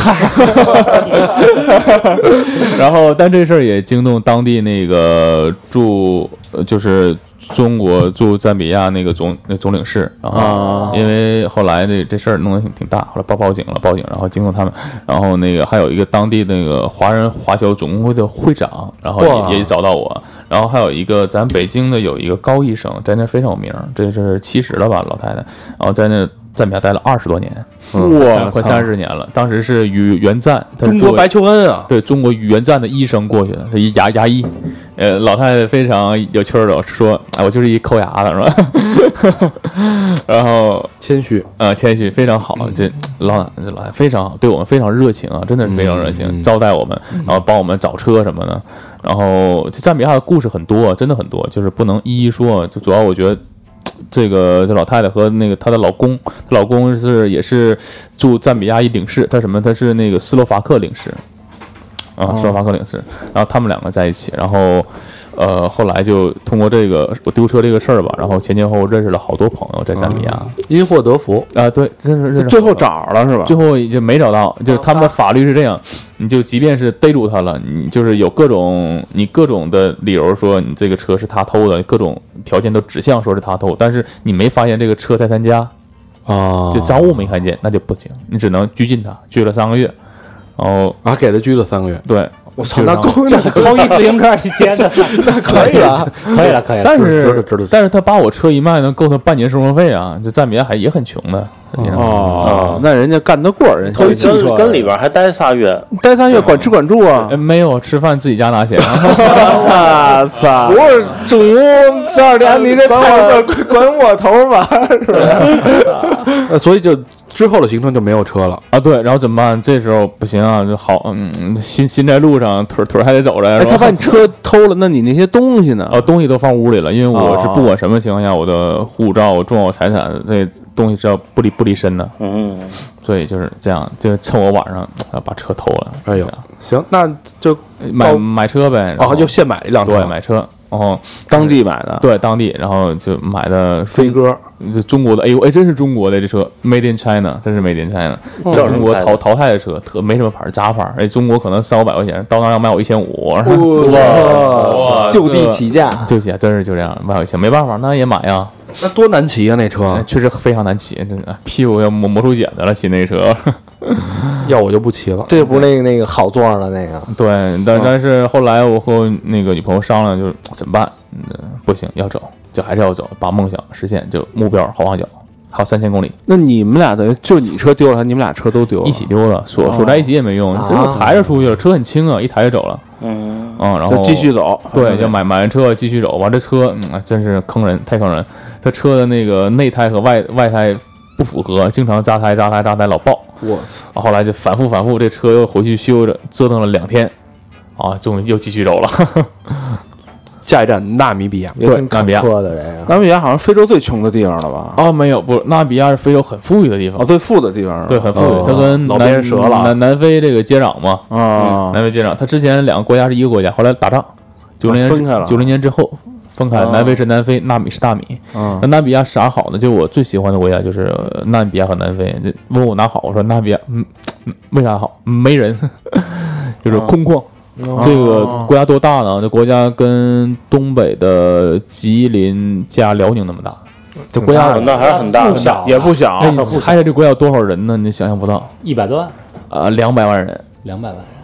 然后，但这事儿也惊动当地那个驻，就是中国驻赞比亚那个总那总领事啊，因为后来这这事儿弄得挺挺大，后来报报警了，报警，然后惊动他们，然后那个还有一个当地那个华人华侨总工会的会长，然后也也找到我，然后还有一个咱北京的有一个高医生，在那非常有名，这是七十了吧老太太，然后在那赞比亚待了二十多年，哇，快三十年了。当时是与援赞， 中国白求恩啊， 对中国与援赞的医生过去的，是一牙牙医。呃，老太太非常有趣的说：“哎，我就是一抠牙的，是吧？”然后谦虚， 呃，谦虚非常好。这老这老太太非常好，对我们非常热情啊，真的是非常热情，嗯、招待我们，然后帮我们找车什么的。然后这赞比亚的故事很多，真的很多，就是不能一一说。就主要我觉得。这个这老太太和那个她的老公，她老公是也是驻赞比亚一领事，他什么？他是那个斯洛伐克领事，啊，斯洛伐克领事。然后他们两个在一起，然后呃，后来就通过这个我丢车这个事儿吧，然后前前后后认识了好多朋友在赞比亚， 因祸得福啊，对，真是认识。 最后找了是吧？ 最后就没找到，就是他们的法律是这样。你就即便是逮住他了，你就是有各种你各种的理由说你这个车是他偷的，各种条件都指向说是他偷，但是你没发现这个车在他家啊，就赃物没看见，那就不行，你只能拘禁他，拘了三个月，然后啊给他拘了三个月， 对。 我操，那够那偷一自行车去接的， 那可以了， 可以了，可以了。 但是，但是他把我车一卖，能够他半年生活费啊！就赞比亚还也很穷的哦，那人家干得过，人偷汽车跟里边还待仨月， 待仨月管吃管住啊？ 没有吃饭自己家拿钱。 我操！ 不是中午十二点，你这管我管我头吧，是不是？ 呃，所以就之后的行程就没有车了啊。对，然后怎么办？这时候不行啊，就好，嗯，心心在路上，腿腿还得走着。 哎，他把你车偷了，那你那些东西呢？ 哦，东西都放屋里了，因为我是不管什么情况下，我的护照、重要财产这东西是要不离不离身的。嗯，所以就是这样，就趁我晚上把车偷了。 哎呦，行，那就买买车呗。 哦，就现买一辆车， 对，买车。然后当地买的， 对，当地，然后就买的飞鸽， 就中国的，哎呦，哎，真是中国的这车 ，Made in China， 真是 Made in China，、嗯、中国淘淘汰的车，特没什么牌，杂牌，哎，中国可能三五百块钱，到那要卖我一千五， 哇，就地起价， 就起价，真是就这样，卖我一千，没办法，那也买呀。 那多难骑啊，那车、 哎、确实非常难骑，真的屁股要磨磨出茧子了，骑那车。 要我就不骑了， 这不是那个那个好座的那个。 对，但但是后来我和那个女朋友商量，就是怎么办？嗯，不行，要走，就还是要走，把梦想实现，就目标好望角，还有三千公里。 那你们俩的就你车丢了，你们俩车都丢了， 一起丢了，锁锁在一起也没用，只有抬着出去了，车很轻啊，一抬就走了。嗯嗯，然后就继续走， 对，就买买完车继续走。完这车，嗯，真是坑人，太坑人。他车的那个内胎和外外胎不符合，经常扎胎扎胎扎胎老爆。 我操！后来就反复反复，这车又回去修着，折腾了两天，啊，终于又继续走了。 下一站纳米比亚， 对，纳米比亚的这个， 纳米比亚好像非洲最穷的地方了吧？ 哦，没有，不，纳米比亚是非洲很富裕的地方， 哦，最富的地方， 对，很富裕。它跟老变蛇了， 南南非这个接壤嘛， 啊， 南非接壤。它之前两个国家是一个国家，后来打仗，九零年分开了， 九零年之后分开了。南非是南非，纳米是大米。那纳米比亚啥好呢？就我最喜欢的国家就是纳米比亚和南非。问我哪好，我说纳米比亚，嗯，为啥好？没人，就是空旷。这个国家多大呢？这国家跟东北的吉林加辽宁那么大，这国家那还是很大， 不小， 也不小。 你猜猜这国家有多少人呢？你想象不到， 一百多万啊，两百万人， 两百万人。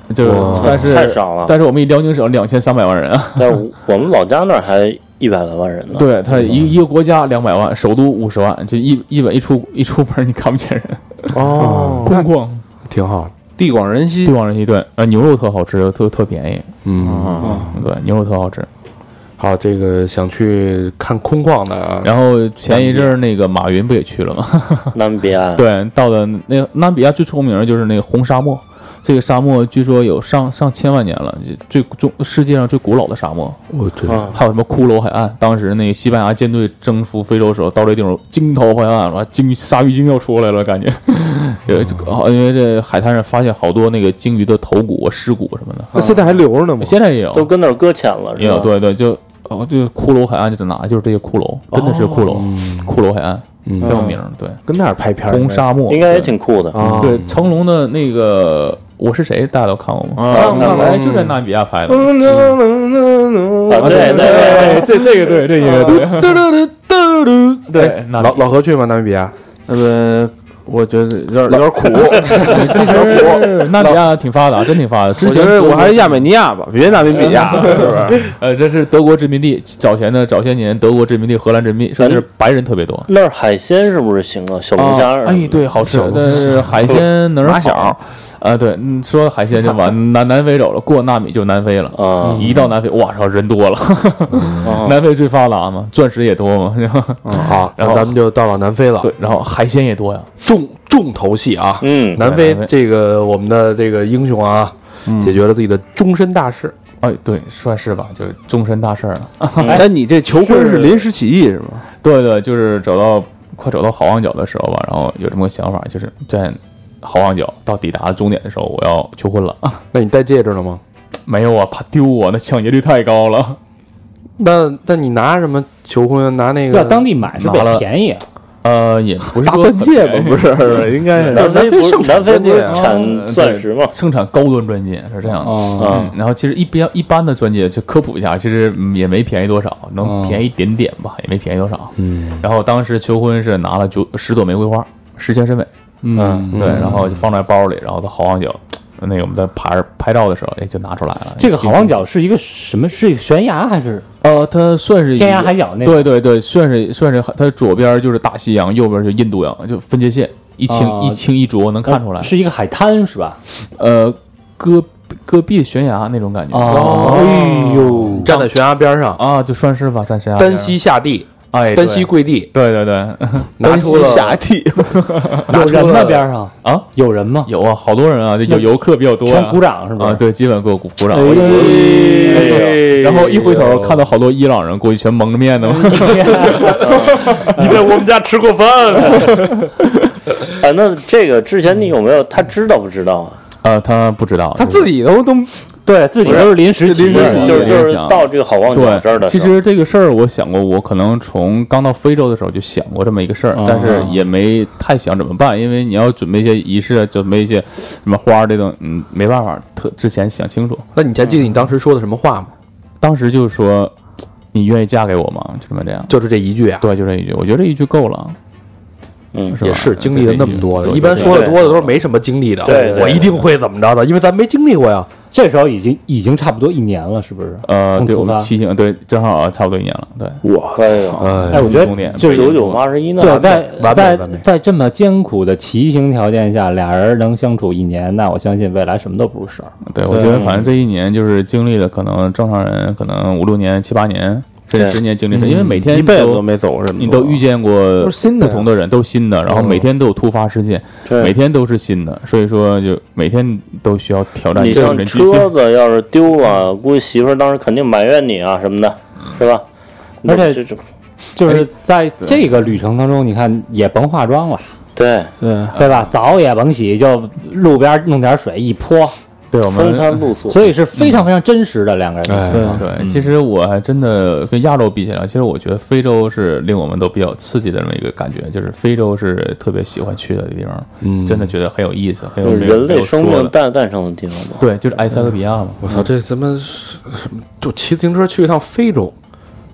就是但是太少了。 但是我们辽宁省两千三百万人啊， 但是我们老家那儿还一百来万人呢。 对，它一一个国家两百万，首都五十万，就一一本一出一出门你看不见人。 哦， 空旷， 挺好， 地广人稀， 地广人稀。对，呃，牛肉特好吃，特特便宜。 嗯， 对，牛肉特好吃。 好，这个想去看空旷的啊。 然后前一阵儿那个马云不也去了吗？ 纳米比亚。 对，到的那个纳米比亚最出名的就是那个红沙漠。这个沙漠据说有上上千万年了，最中世界上最古老的沙漠。 我对， 还有什么骷髅海岸？当时那个西班牙舰队征服非洲的时候，到这地方惊涛骇浪，完鲸鲨鱼精要出来了，感觉。对，因为这海滩上发现好多那个鲸鱼的头骨、尸骨什么的。 那现在还留着呢吗？ 现在也有， 都跟那儿搁浅了，是吧？ 也有，对对，就哦，这个骷髅海岸就在哪？就是这些骷髅，真的是骷髅，骷髅海岸。 嗯， 很有名，对， 跟那儿拍片儿， 红沙漠应该也挺酷的啊。 对，成龙的那个《我是谁》，大家都看过吗？ 啊， 哎，就在纳米比亚拍的。 啊，对对， 这这个对，这音乐对，对， 老老何去吗？纳米比亚？ 那个我觉得有点有点苦。 其实纳米比亚挺发达，真挺发达。之前我还是亚美尼亚吧，别纳米比亚，是不是？ 呃，这是德国殖民地，早前的早些年德国殖民地、荷兰殖民地，甚至白人特别多。 那儿海鲜是不是行啊？小龙虾？ 哎，对，好吃。但是海鲜哪儿好？啊，对，嗯，说海鲜就往南南非走了，过纳米就南非了。啊，一到南非，哇操，人多了。南非最发达嘛，钻石也多嘛。 好，然后咱们就到了南非了。 对，然后海鲜也多呀， 重重头戏啊。 嗯， 南非这个我们的这个英雄啊，解决了自己的终身大事。 哎，对，算是吧，就是终身大事了。 哎，你这求婚是临时起意是吗？ 对对，就是走到快走到好望角的时候吧，然后有这么个想法，就是在好望角到抵达终点的时候，我要求婚了。 那你戴戒指了吗？ 没有啊，怕丢啊，那抢劫率太高了。 那那你拿什么求婚？拿那个在当地买是不是便宜啊？ 呃，也不是大钻戒吧？不是，应该是南非不是南非不是啊产钻石吗？ 生产高端钻戒是这样的。嗯，然后其实一般一般的钻戒，就科普一下，其实也没便宜多少，能便宜一点点吧，也没便宜多少。嗯，然后当时求婚是拿了九十朵玫瑰花，十全十美。嗯，对，然后就放在包里，然后到好望角，那个我们在拍拍照的时候，哎，就拿出来了。 这个好望角是一个什么？是一个悬崖还是？ 呃，它算是天涯海角那个。对对对，算是算是，它左边就是大西洋，右边就印度洋，就分界线，一清、呃、一清一浊，能看出来。 是一个海滩是吧？ 呃，戈戈壁悬崖那种感觉。 哦，哎呦， 站在悬崖边上啊，就算是吧，站悬崖。 单膝下地。 哎， 单膝跪地， 对对对， 拿出了下地， 有人吗？边上啊， 有人吗？ 有啊，好多人啊，有游客比较多， 全鼓掌是吧？ 啊，对，基本给我鼓鼓掌。 哎， 然后一回头看到好多伊朗人过去，全蒙着面的。 你在我们家吃过饭？啊，那这个之前你有没有？他知道不知道啊？ 呃，他不知道， 他自己都都。 对自己都是临时起意， 就是就是到这个好望角这儿的。 其实这个事儿我想过，我可能从刚到非洲的时候就想过这么一个事儿，但是也没太想怎么办，因为你要准备一些仪式，准备一些什么花这种，嗯，没办法特之前想清楚。 那你还记得你当时说的什么话吗？ 当时就是说，你愿意嫁给我吗？就这么这样， 就是这一句啊。 对，就这一句，我觉得这一句够了。 嗯， 也是经历了那么多的，一般说的多的都是没什么经历的。 对， 我一定会怎么着的，因为咱没经历过呀。 这时候已经已经差不多一年了，是不是？ 呃，对，我们骑行，对，正好差不多一年了。对， 哇，哎呦， 哎，我觉得就是九九八十一呢。 对，在在在这么艰苦的骑行条件下，俩人能相处一年，那我相信未来什么都不是事儿。 对，我觉得反正这一年就是经历了，可能正常人可能五六年、七八年。这十年经历了，因为每天一辈子都没走过这么， 你都遇见过不同的人，都新的，然后每天都有突发事件，每天都是新的，所以说就每天都需要挑战。 你像车子要是丢了，估计媳妇儿当时肯定埋怨你啊什么的，是吧？ 而且就是在这个旅程当中，你看也甭化妆了， 对对对吧？澡也甭洗，就路边弄点水一泼。 对，我们风餐露宿， 所以是非常非常真实的两个人。 对对，其实我还真的跟亚洲比起来，其实我觉得非洲是令我们都比较刺激的这么一个感觉，就是非洲是特别喜欢去的地方，嗯，真的觉得很有意思，很有人类生命诞诞生的地方嘛。 对，就是埃塞俄比亚嘛。 我操，这怎么就骑自行车去一趟非洲？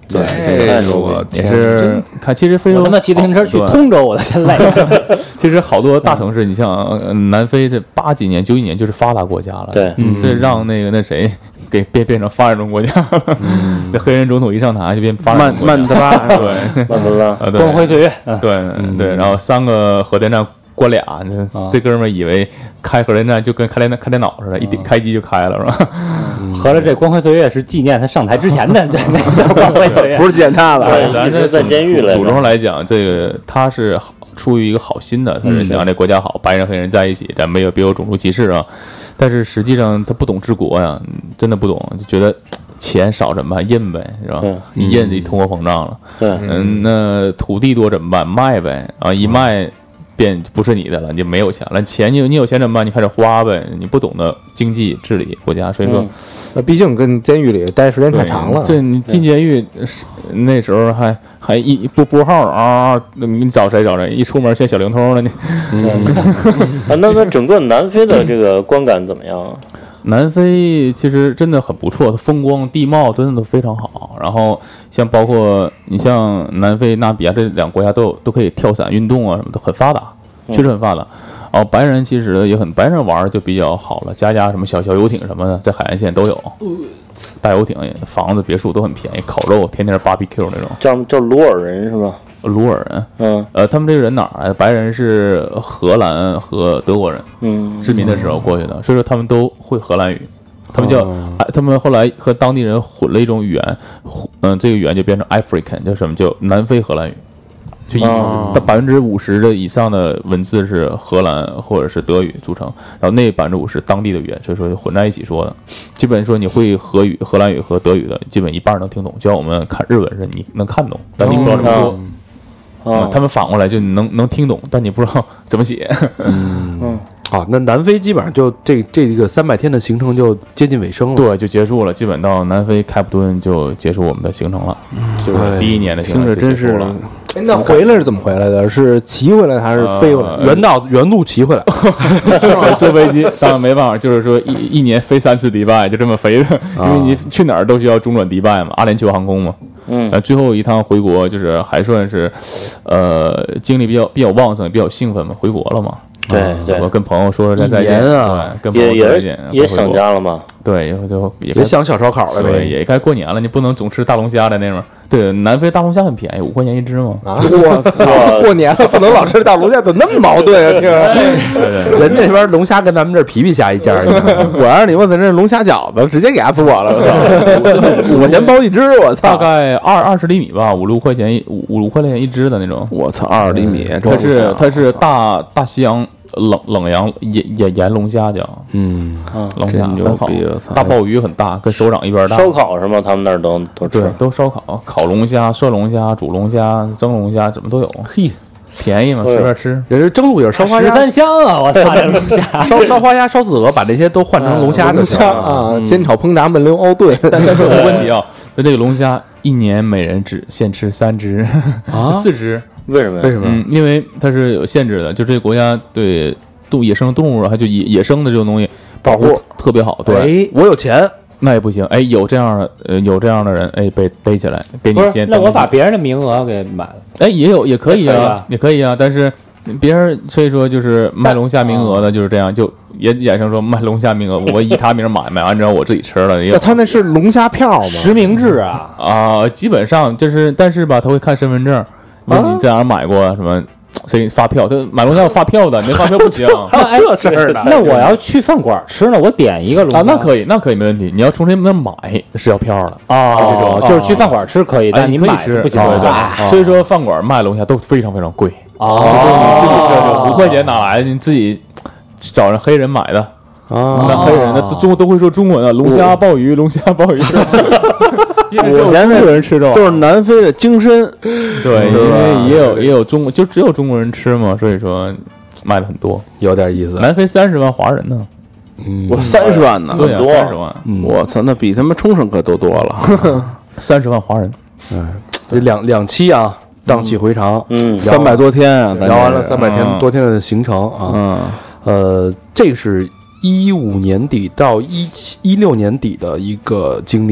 对， 哎呦我也是看，其实非洲我他妈骑自行车去通州，我都嫌累。 其实好多大城市，你像呃南非这八几年、九几年就是发达国家了， 对， 嗯，这让那个那谁给变变成发展中国家了。嗯，这黑人总统一上台就变发展中国家。 曼曼德拉， 对， 曼德拉， 啊，对， 光辉岁月， 对对，然后三个核电站关俩，这哥们儿以为开核电站就跟开电开电脑似的，一点开机就开了，是吧？ 合着这光辉岁月是纪念他上台之前的那个光辉岁月， 不是践踏了。 对，咱这在监狱来祖宗来讲，这个他是出于一个好心的，他是想这国家好，白人黑人在一起，咱没有别有种族歧视啊。但是实际上他不懂治国呀，真的不懂，就觉得钱少怎么办？印呗，是吧？你印就通货膨胀了。 对， 嗯，那土地多怎么办？卖呗，啊，一卖。变不是你的了，你就没有钱了。钱你你有钱怎么办？你开始花呗。你不懂得经济治理国家，所以说， 那毕竟跟监狱里待时间太长了。 这你进监狱那时候还还一拨拨号啊，你找谁找谁，一出门像小灵通了呢。 啊，那那整个南非的这个观感怎么样啊？ 南非其实真的很不错，它风光地貌真的都非常好。然后像包括你像南非、纳比亚这两个国家都有都可以跳伞运动啊，什么都很发达，确实很发达。哦，白人其实也很，白人玩就比较好了，家家什么小小游艇什么的，在海岸线都有，大游艇、房子、别墅都很便宜，烤肉天天 B B Q 那种。 叫叫鲁尔人是吧？ 鲁尔人， 嗯， 呃，他们这个人哪儿来？白人是荷兰和德国人， 嗯， 殖民的时候过去的，所以说他们都会荷兰语。他们叫，哎，他们后来和当地人混了一种语言，嗯，这个语言就变成 African， 叫什么？叫南非荷兰语。就一百分之五十的以上的文字是荷兰或者是德语组成，然后那百分之五十当地的语言，所以说就混在一起说的。基本说你会荷语、荷兰语和德语的，基本一半能听懂。就像我们看日文似的，你能看懂，但你不知道怎么说。嗯，他们反过来就能能听懂，但你不知道怎么写。 嗯嗯，好，那南非基本上就这这个三百天的行程就接近尾声了， 对，就结束了。基本到南非开普敦就结束我们的行程了，就是第一年的行程就结束了。 哎，那回来是怎么回来的？是骑回来还是飞回来？ 原道原路骑回来， 坐飞机，当然没办法，就是说一一年飞三次迪拜，就这么飞的，因为你去哪儿都需要中转迪拜嘛，阿联酋航空嘛。嗯，最后一趟回国就是还算是，呃，精力比较比较旺盛，比较兴奋嘛，回国了嘛。 对对， 我跟朋友说再再见啊，跟朋友说再见，也想家了嘛。 对，以后就也也想小烧烤了呗， 对，也该过年了，你不能总吃大龙虾在那边。对，南非大龙虾很便宜，五块钱一只嘛。 啊，我操！过年了不能老吃大龙虾，怎么那么矛盾啊？听着， 人家那边龙虾跟咱们这儿皮皮虾一家， 我让你问咱这龙虾饺子，直接给他做了，五块钱包一只，我操！ 大概二二十厘米吧，五六块钱一五五块钱一只的那种。 我操，二十厘米， 它是它是大大西洋。冷冷洋盐盐盐龙虾叫， 嗯， 龙虾很好，大鲍鱼很大，跟手掌一边大。 烧烤是吗？他们那儿都都吃， 对，都烧烤，烤龙虾、涮龙虾、煮龙虾、蒸龙虾，怎么都有。 嘿， 便宜嘛，随便吃。 人家蒸鹿也是烧花鸭， 十三香啊！我操，这龙虾烧烧花鸭、烧子鹅，把这些都换成龙虾就行了啊！煎炒烹炸焖溜熬炖。 但是有个问题啊，那这个龙虾一年每人只限吃三只啊，四只。 为什么？ 为什么？ 嗯，因为它是有限制的，就这个国家对动野生动物还就野野生的这种东西保护特别好。对， 我有钱那也不行。哎，有这样的呃有这样的人，哎被逮起来给你先。 那我把别人的名额给买了。 哎，也有也可以啊，也可以啊。但是别人所以说就是卖龙虾名额的就是这样，就也衍生说卖龙虾名额，我以他名买，买完之后我自己吃了。 那他那是龙虾票吗？ 实名制啊啊，基本上就是，但是吧，他会看身份证。那你在哪儿买过什么？谁给你发票？他买龙虾有发票的，没发票不行。 还有这事儿呢？那我要去饭馆吃呢，我点一个龙虾， 啊，那可以，那可以没问题。你要从那那买是要票的哦，就是去饭馆吃可以，但你买不行。 对对。所以说饭馆卖龙虾都非常非常贵哦。你自己吃五块钱哪来的？你自己找人黑人买的啊？那黑人那中都会说中文啊，龙虾鲍鱼，龙虾鲍鱼。 我南非人吃肉，就是南非的精深， 对，因为也有也有中，就只有中国人吃嘛，所以说卖了很多， 有点意思。 南非三十万华人呢， 嗯，我三十万呢， 对呀，三十万， 我操，那比他妈冲绳可都多了， 三十万华人， 哎，这两两期啊，荡气回肠， 嗯，三百多天啊， 聊完了三百天多天的行程啊，嗯，呃，这是一五年底到一七一六年底的一个经历。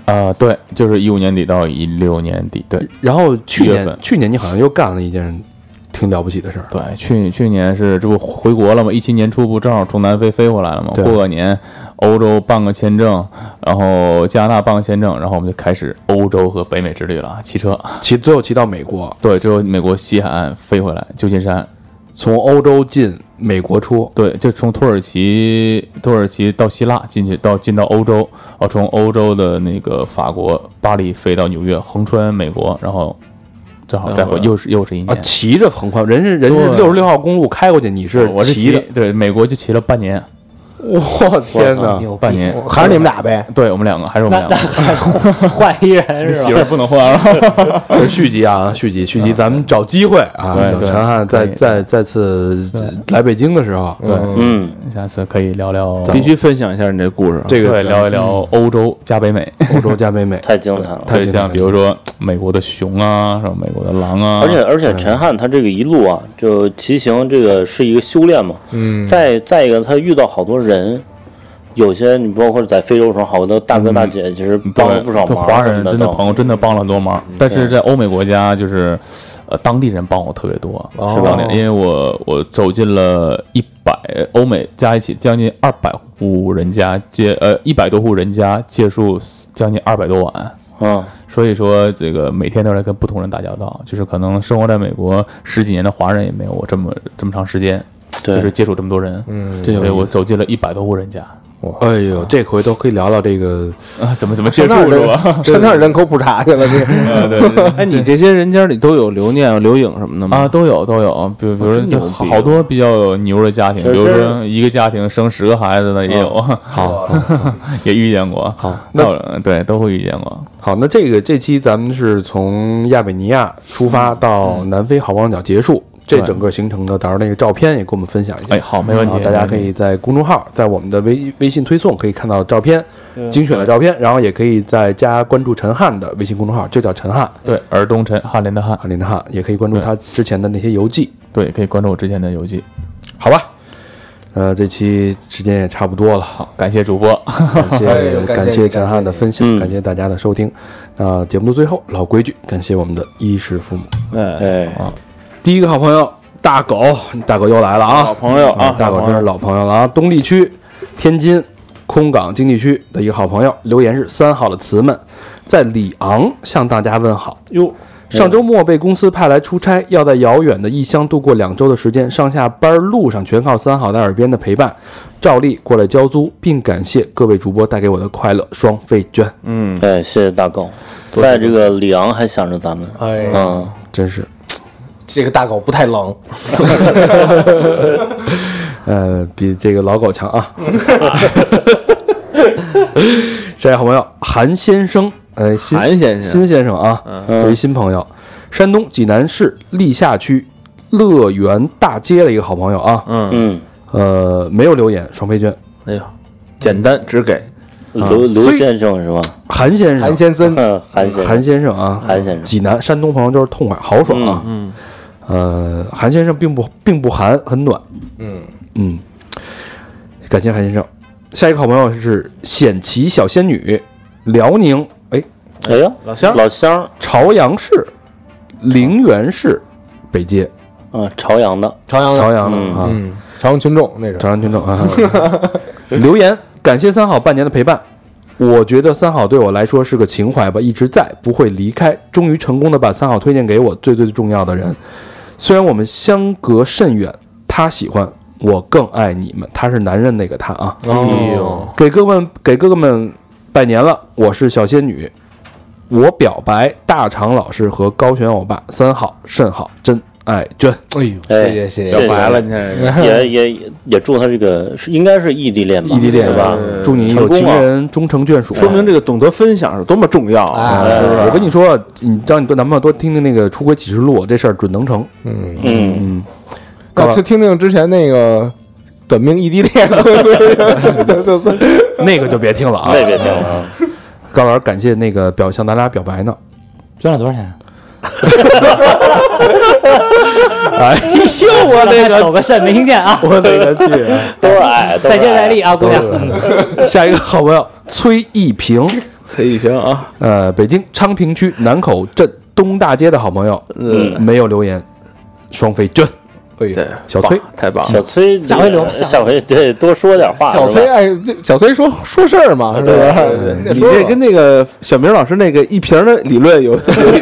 啊、呃，对，就是一五年底到一六年底，对。 然后去年去年你好像又干了一件挺了不起的事儿。 对，去去年是这不回国了吗？一七年初不正好从南非飞回来了吗？过个年，欧洲办个签证，然后加拿大办个签证，然后我们就开始欧洲和北美之旅了，骑车， 骑最后骑到美国， 对，最后美国西海岸飞回来，旧金山。 从欧洲进美国出， 对，就从土耳其土耳其到希腊进去，到进到欧洲，哦，从欧洲的那个法国巴黎飞到纽约，横穿美国，然后正好待会儿又是又是一年， 啊，骑着横跨，人是人是六十六号公路开过去，你是我是骑的， 对，美国就骑了半年。 我天哪， 半年还是你们俩呗？ 对我们两个，还是我们两个， 换一人是吧？ 媳妇不能换了。 这是续集啊，续集续集，咱们找机会啊，等陈汉再再再次来北京的时候， 对， 嗯， 下次可以聊聊， 必须分享一下你这故事。 这个对，聊一聊欧洲加北美， 欧洲加北美， 太精彩了。 对，像比如说美国的熊啊，什么美国的狼啊， 而且而且陈汉他这个一路啊，就骑行这个是一个修炼嘛，嗯，再再一个他遇到好多人。有些你包括在非洲时候，好多大哥大姐其实帮了不少忙， 华人真的朋友真的帮了很多忙。但是在欧美国家，就是呃当地人帮我特别多，是吧？因为我我走进了一百欧美加一起将近二百户人家借呃一百多户人家借数将近二百多万， 嗯， 所以说这个每天都在跟不同人打交道，就是可能生活在美国十几年的华人也没有我这么这么长时间，就是接触这么多人，嗯，所以我走进了一百多户人家。 哎呦，这回都可以聊聊这个啊，怎么怎么接触是吧？ 上那儿人口普查去了，这对对。 哎，你这些人家里都有留念、留影什么的吗？ 啊，都有都有，比如比如说好多比较牛的家庭，比如说一个家庭生十个孩子的也有， 好， 也遇见过。 好， 那对都会遇见过。 好，那这个这期咱们是从亚美尼亚出发到南非好望角结束。这整个行程的，到时候那个照片也跟我们分享一下。 哎，好，没问题。 大家可以在公众号，在我们的微微信推送可以看到照片，精选的照片，然后也可以再加关注陈汉的微信公众号，就叫陈汉。 对，尔东陈，翰林的翰， 翰林的翰，也可以关注他之前的那些游记。 对，可以关注我之前的游记。 好吧，呃，这期时间也差不多了， 好，感谢主播， 感谢感谢陈汉的分享，感谢大家的收听。那节目的最后，老规矩，感谢我们的衣食父母。 哎哎啊， 第一个好朋友。大狗，大狗又来了啊！ 老朋友啊， 大狗真是老朋友了啊！东丽区天津空港经济区的一个好朋友留言是：三号的词们在里昂向大家问好哟。上周末被公司派来出差，要在遥远的异乡度过两周的时间，上下班路上全靠三好在耳边的陪伴，照例过来交租，并感谢各位主播带给我的快乐双倍券。 嗯，哎，谢谢大狗，在这个里昂还想着咱们， 哎， 嗯， 真是。 这个大狗不太冷， 呃，比这个老狗强啊。下一位好朋友韩先生，呃， 韩先生， 新先生啊，这一新朋友，山东济南市历下区乐园大街的一个好朋友啊， 嗯嗯， 呃，没有留言，双倍券。 哎呦，简单只给刘刘先生是吧？ 韩先生， 韩先生， 韩先韩先生啊， 韩先生， 济南山东朋友就是痛快豪爽啊，嗯。呃，韩先生并不并不寒，很暖。嗯嗯，感谢韩先生。下一个好朋友是显奇小仙女，辽宁，哎哎呀， 老乡老乡， 朝阳市陵园市北街， 啊，朝阳的， 朝阳的， 朝阳的啊， 嗯，朝阳群众那种， 朝阳群众啊。留言感谢三好半年的陪伴。我觉得三好对我来说是个情怀吧，一直在，不会离开。终于成功的把三好推荐给我最最重要的人。虽然我们相隔甚远，他喜欢我更爱你们。他是男人那个他啊。 哦， 给哥们给哥哥们拜年了，我是小仙女，我表白大长老师和高璇欧巴，三好甚好，真爱娟。 哎呦，谢谢谢谢， 表白了，你看， 也也也祝他这个是应该是异地恋吧， 异地恋是吧？ 祝你有情人终成眷属， 说明这个懂得分享是多么重要啊！ 我跟你说，你让你的男朋友多听听那个《出轨启示录》，这事儿准能成。 嗯嗯嗯， 那就听听之前那个短命异地恋， 那个就别听了啊， 那别听了。 高老师感谢那个表向咱俩表白呢， 捐了多少钱？ 哎呦，我这个抖个肾没听见啊！ 我这个去， 都是爱， 再接再厉啊，姑娘。 下一个好朋友崔一平， 嘿，行啊， 呃，北京昌平区南口镇东大街的好朋友， 嗯， 没有留言，双飞娟。 对， 小崔太棒了， 小崔下回留下回对多说点话。 小崔爱这小崔说说事儿嘛，是不是？ 你这跟那个小明老师那个一瓶的理论有，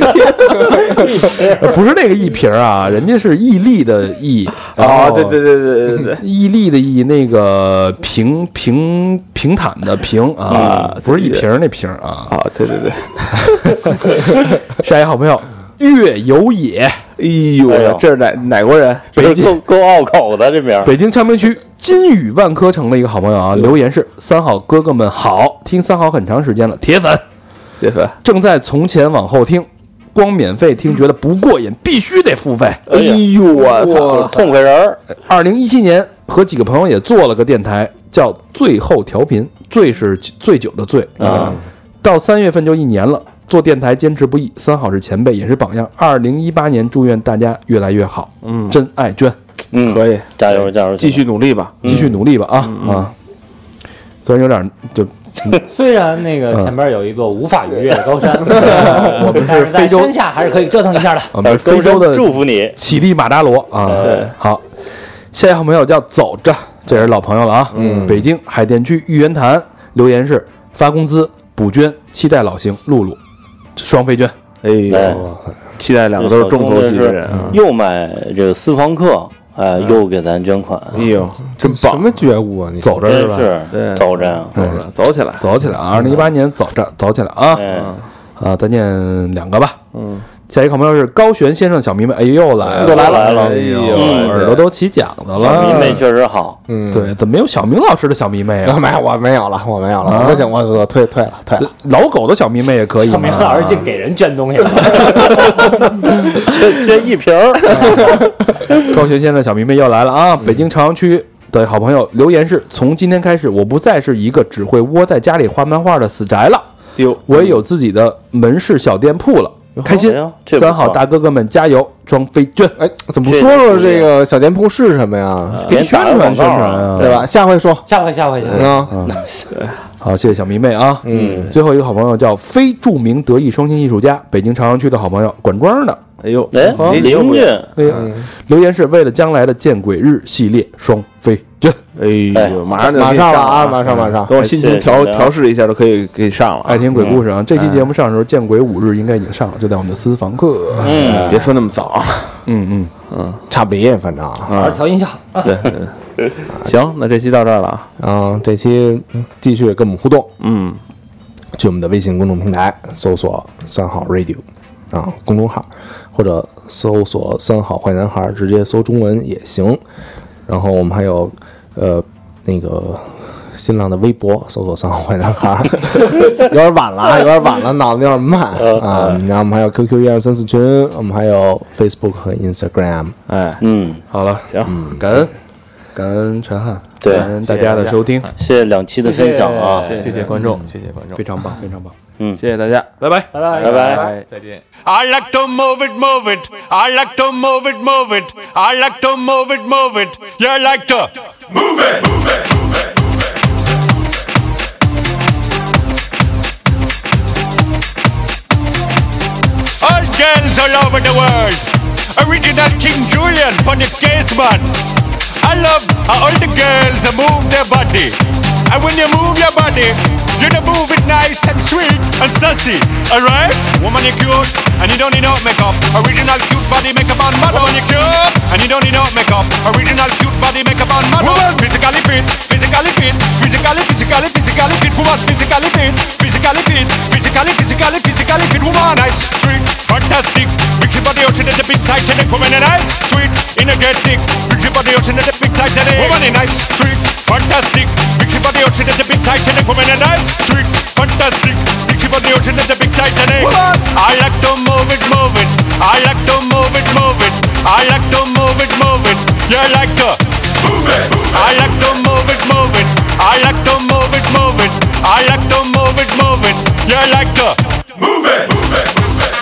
不是那个一瓶啊，人家是毅力的毅啊，对对对对对对， 毅力的毅，那个平平平坦的平啊，不是一瓶那瓶啊。 啊，对对对， 下一好朋友岳有野， 哎呦， 哎呦这是哪哪国人？ 北京够够拗口的这名儿。 北京昌平区金宇万科城的一个好朋友啊，留言是：三好哥哥们好，听三好很长时间了，铁粉， 铁粉， 正在从前往后听，光免费听觉得不过瘾，必须得付费。 哎呦我痛快人儿！ 二零一七年和几个朋友也做了个电台，叫最后调频，醉是醉酒的醉啊。 到三月份就一年了。做电台坚持不易，三好是前辈，也是榜样。二零一八年，祝愿大家越来越好。嗯，真爱娟， 嗯， 可以， 加油加油， 继续努力吧， 继续努力吧啊啊！虽然有点就， 虽然那个前边有一座无法逾越的高山， 我们是非洲山下还是可以折腾一下的。 我们是非洲的祝福你， 乞力马扎罗啊！对，好，下一好朋友叫走着，这是老朋友了啊。嗯，北京海淀区玉渊潭，留言是发工资补捐，期待老邢露露。双飞娟， 哎呦，期待两个都是重头戏的人， 又买这个私房课，哎，又给咱捐款， 哎呦，真棒！ 什么觉悟啊？你走着是吧？ 是，走着， 走着，走起来， 走起来啊！二零一八年走着，走起来啊！啊，再念两个吧。嗯。下一个好朋友是高璇先生的小迷妹，哎呦又来了， 又来了， 哎呦，耳朵都起茧子了。 小迷妹确实好， 嗯，对，怎么没有小明老师的小迷妹啊？ 没有，我没有了，我没有了，不行，我我退退了，退了。 老狗的小迷妹也可以。 小明老师净给人捐东西了， 捐捐一瓶儿。 高璇先生的小迷妹又来了啊！北京朝阳区的好朋友留言是：从今天开始，我不再是一个只会窝在家里画漫画的死宅了，哟，我也有自己的门市小店铺了。开心，三好大哥哥们加油！装飞娟， 哎，怎么不说说这个小店铺是什么呀？ 给宣传宣传啊， 对吧？下回说， 下回下回下回啊。 好，谢谢小迷妹啊。嗯，最后一个好朋友叫非著名德艺双馨艺术家，北京朝阳区的好朋友管庄的。 哎呦， 哎，邻居， 哎呀，留言是为了将来的见鬼日系列双飞娟。 哎呦，马上就马上了啊，马上马上， 等我心情调调试一下，就可以可以上了。 爱听鬼故事啊，这期节目上的时候，见鬼五日应该已经上了，就在我们的私房课。 嗯， 别说那么早。 嗯嗯嗯，差不离，反正还是调音效。 对，行，那这期到这儿了啊。 嗯，这期继续跟我们互动。 嗯， 去我们的微信公众平台搜索“三好 radio” 啊，公众号，或者搜索“三好坏男孩”，直接搜中文也行。然后我们还有呃那个新浪的微博，搜索“三好坏男孩”，有点晚了，有点晚了，脑子有点慢啊。然后我们还有 Q Q 一二三四群，我们还有 Facebook 和 Instagram。 哎， 嗯， 好了， 行， 感恩感恩陈汉， 对， 感恩大家的收听， 谢谢两期的分享啊， 谢谢观众，谢谢观众， 非常棒，非常棒。 嗯， 谢谢大家， 拜拜， 拜拜， 拜拜， 再见。 I like to move it, move it. I like to move it, move it. I like to move it, move it. You like to move it, move it, move it. All girls all over the world. Original King Julian for the casement. I love how all the girls move their body. And when you move your body, you know move it nice and sweet and sassy, alright? Woman, you're cute, and you don't need no makeup. Original cute body makeup on model. Woman, you're cute, and you don't need no makeup. Original cute body makeup on model. Woman, physically fit, physically fit, physically, physically, physically fit. Woman, physically fit, physically fit, physically, physically, physically fit. Woman, nice, sweet, fantastic. Big ship body ocean and the big Titanic. Woman, nice, sweet, energetic. Big ship body ocean and the big Titanic. Woman, nice, sweet, fantastic. Big ship body ocean and the big Titanic. Woman, nice, sweet, fantastic. Big ship on the ocean and the big Titanic. What? I like to move it, move it. I like to move it, move it. I like to move it, move it. You like to move it, move it. I like to move it, move it. I like to move it, move it. I like to move it, move it. You like to move it, move it, move it.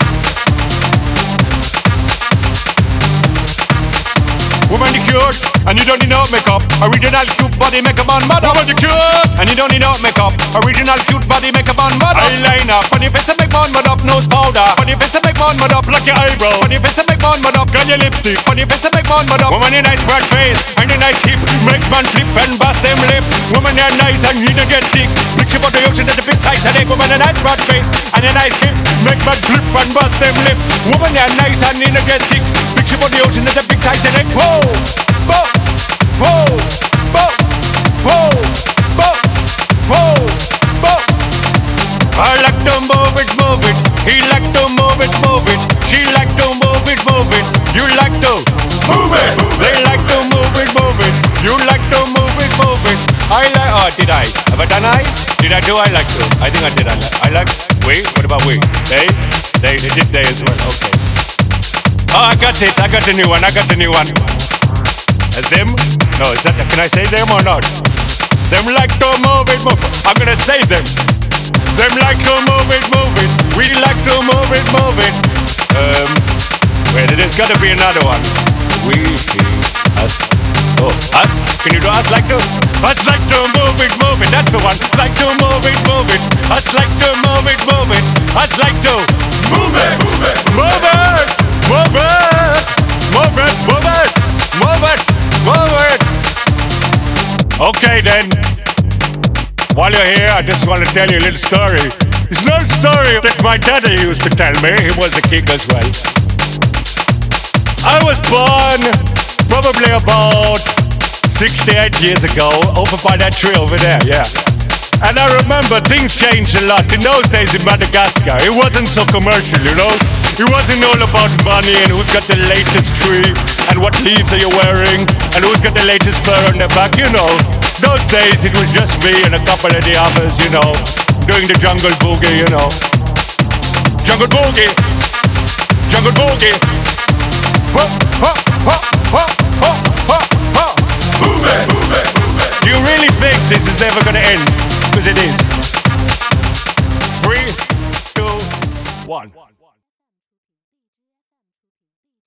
Woman, you cute. and you don't need no makeup. Original cute body makeup on mud. How about you cute? And you don't need no makeup. Original cute body makeup on mud. Eyeliner, funny face and make man mud up. Nose powder, funny face and make man mud up. Like your eyebrow, funny face and make man mud up. Got your lipstick, funny face and make man mud up. Woman in nice broad face and a nice hip, make man flip and bust them lip. Woman in nice and need to get thick. Picture about the ocean at the big Titanic. Woman in nice broad face and a nice hip, make man flip and bust them lip. Woman in nice and need to get thick. Picture about the ocean at the big Titanic. Whoa, whoa, whoa, whoa, whoa, whoa, whoa, whoa. I like to move it, move it. He like to move it, move it. She like to move it, move it. You like to move it. They like to move it, move it. You like to move it, move it. I like. Oh, did I? Have I done I? Did I do? I like to. I think I did. I like. I like. We. What about we? They. They. They did they as well. Okay. Oh, I got it. I got the new one. I got the new one. As them? No, is that? Can I say them or not? Them like to move it, move it. I'm gonna say them. Them like to move it, move it. We like to move it, move it. Um, wait, there's gotta be another one. We, us. Oh, us? Can you do us like to? Us like to move it, move it. That's the one. Like to move it, move it. Us like to move it, move it. Us like to move it, move it, move it, move it, move it, move it, move it, move it. Okay then. While you're here, I just want to tell you a little story. It's not a story that my daddy used to tell me. He was a king as well. I was born probably about sixty-eight years ago, over by that tree over there, yeah. And I remember things changed a lot. In those days in Madagascar, it wasn't so commercial, you know? It wasn't all about money and who's got the latest tree and what leaves are you wearing and who's got the latest fur on their back, you know? Those days it was just me and a couple of the others, you know, doing the jungle boogie, you know. Jungle boogie, jungle boogie. Ho, ho, ho, ho, ho, ho, ho. Move it, move it, move it. Do you really think this is never gonna end? Because it is.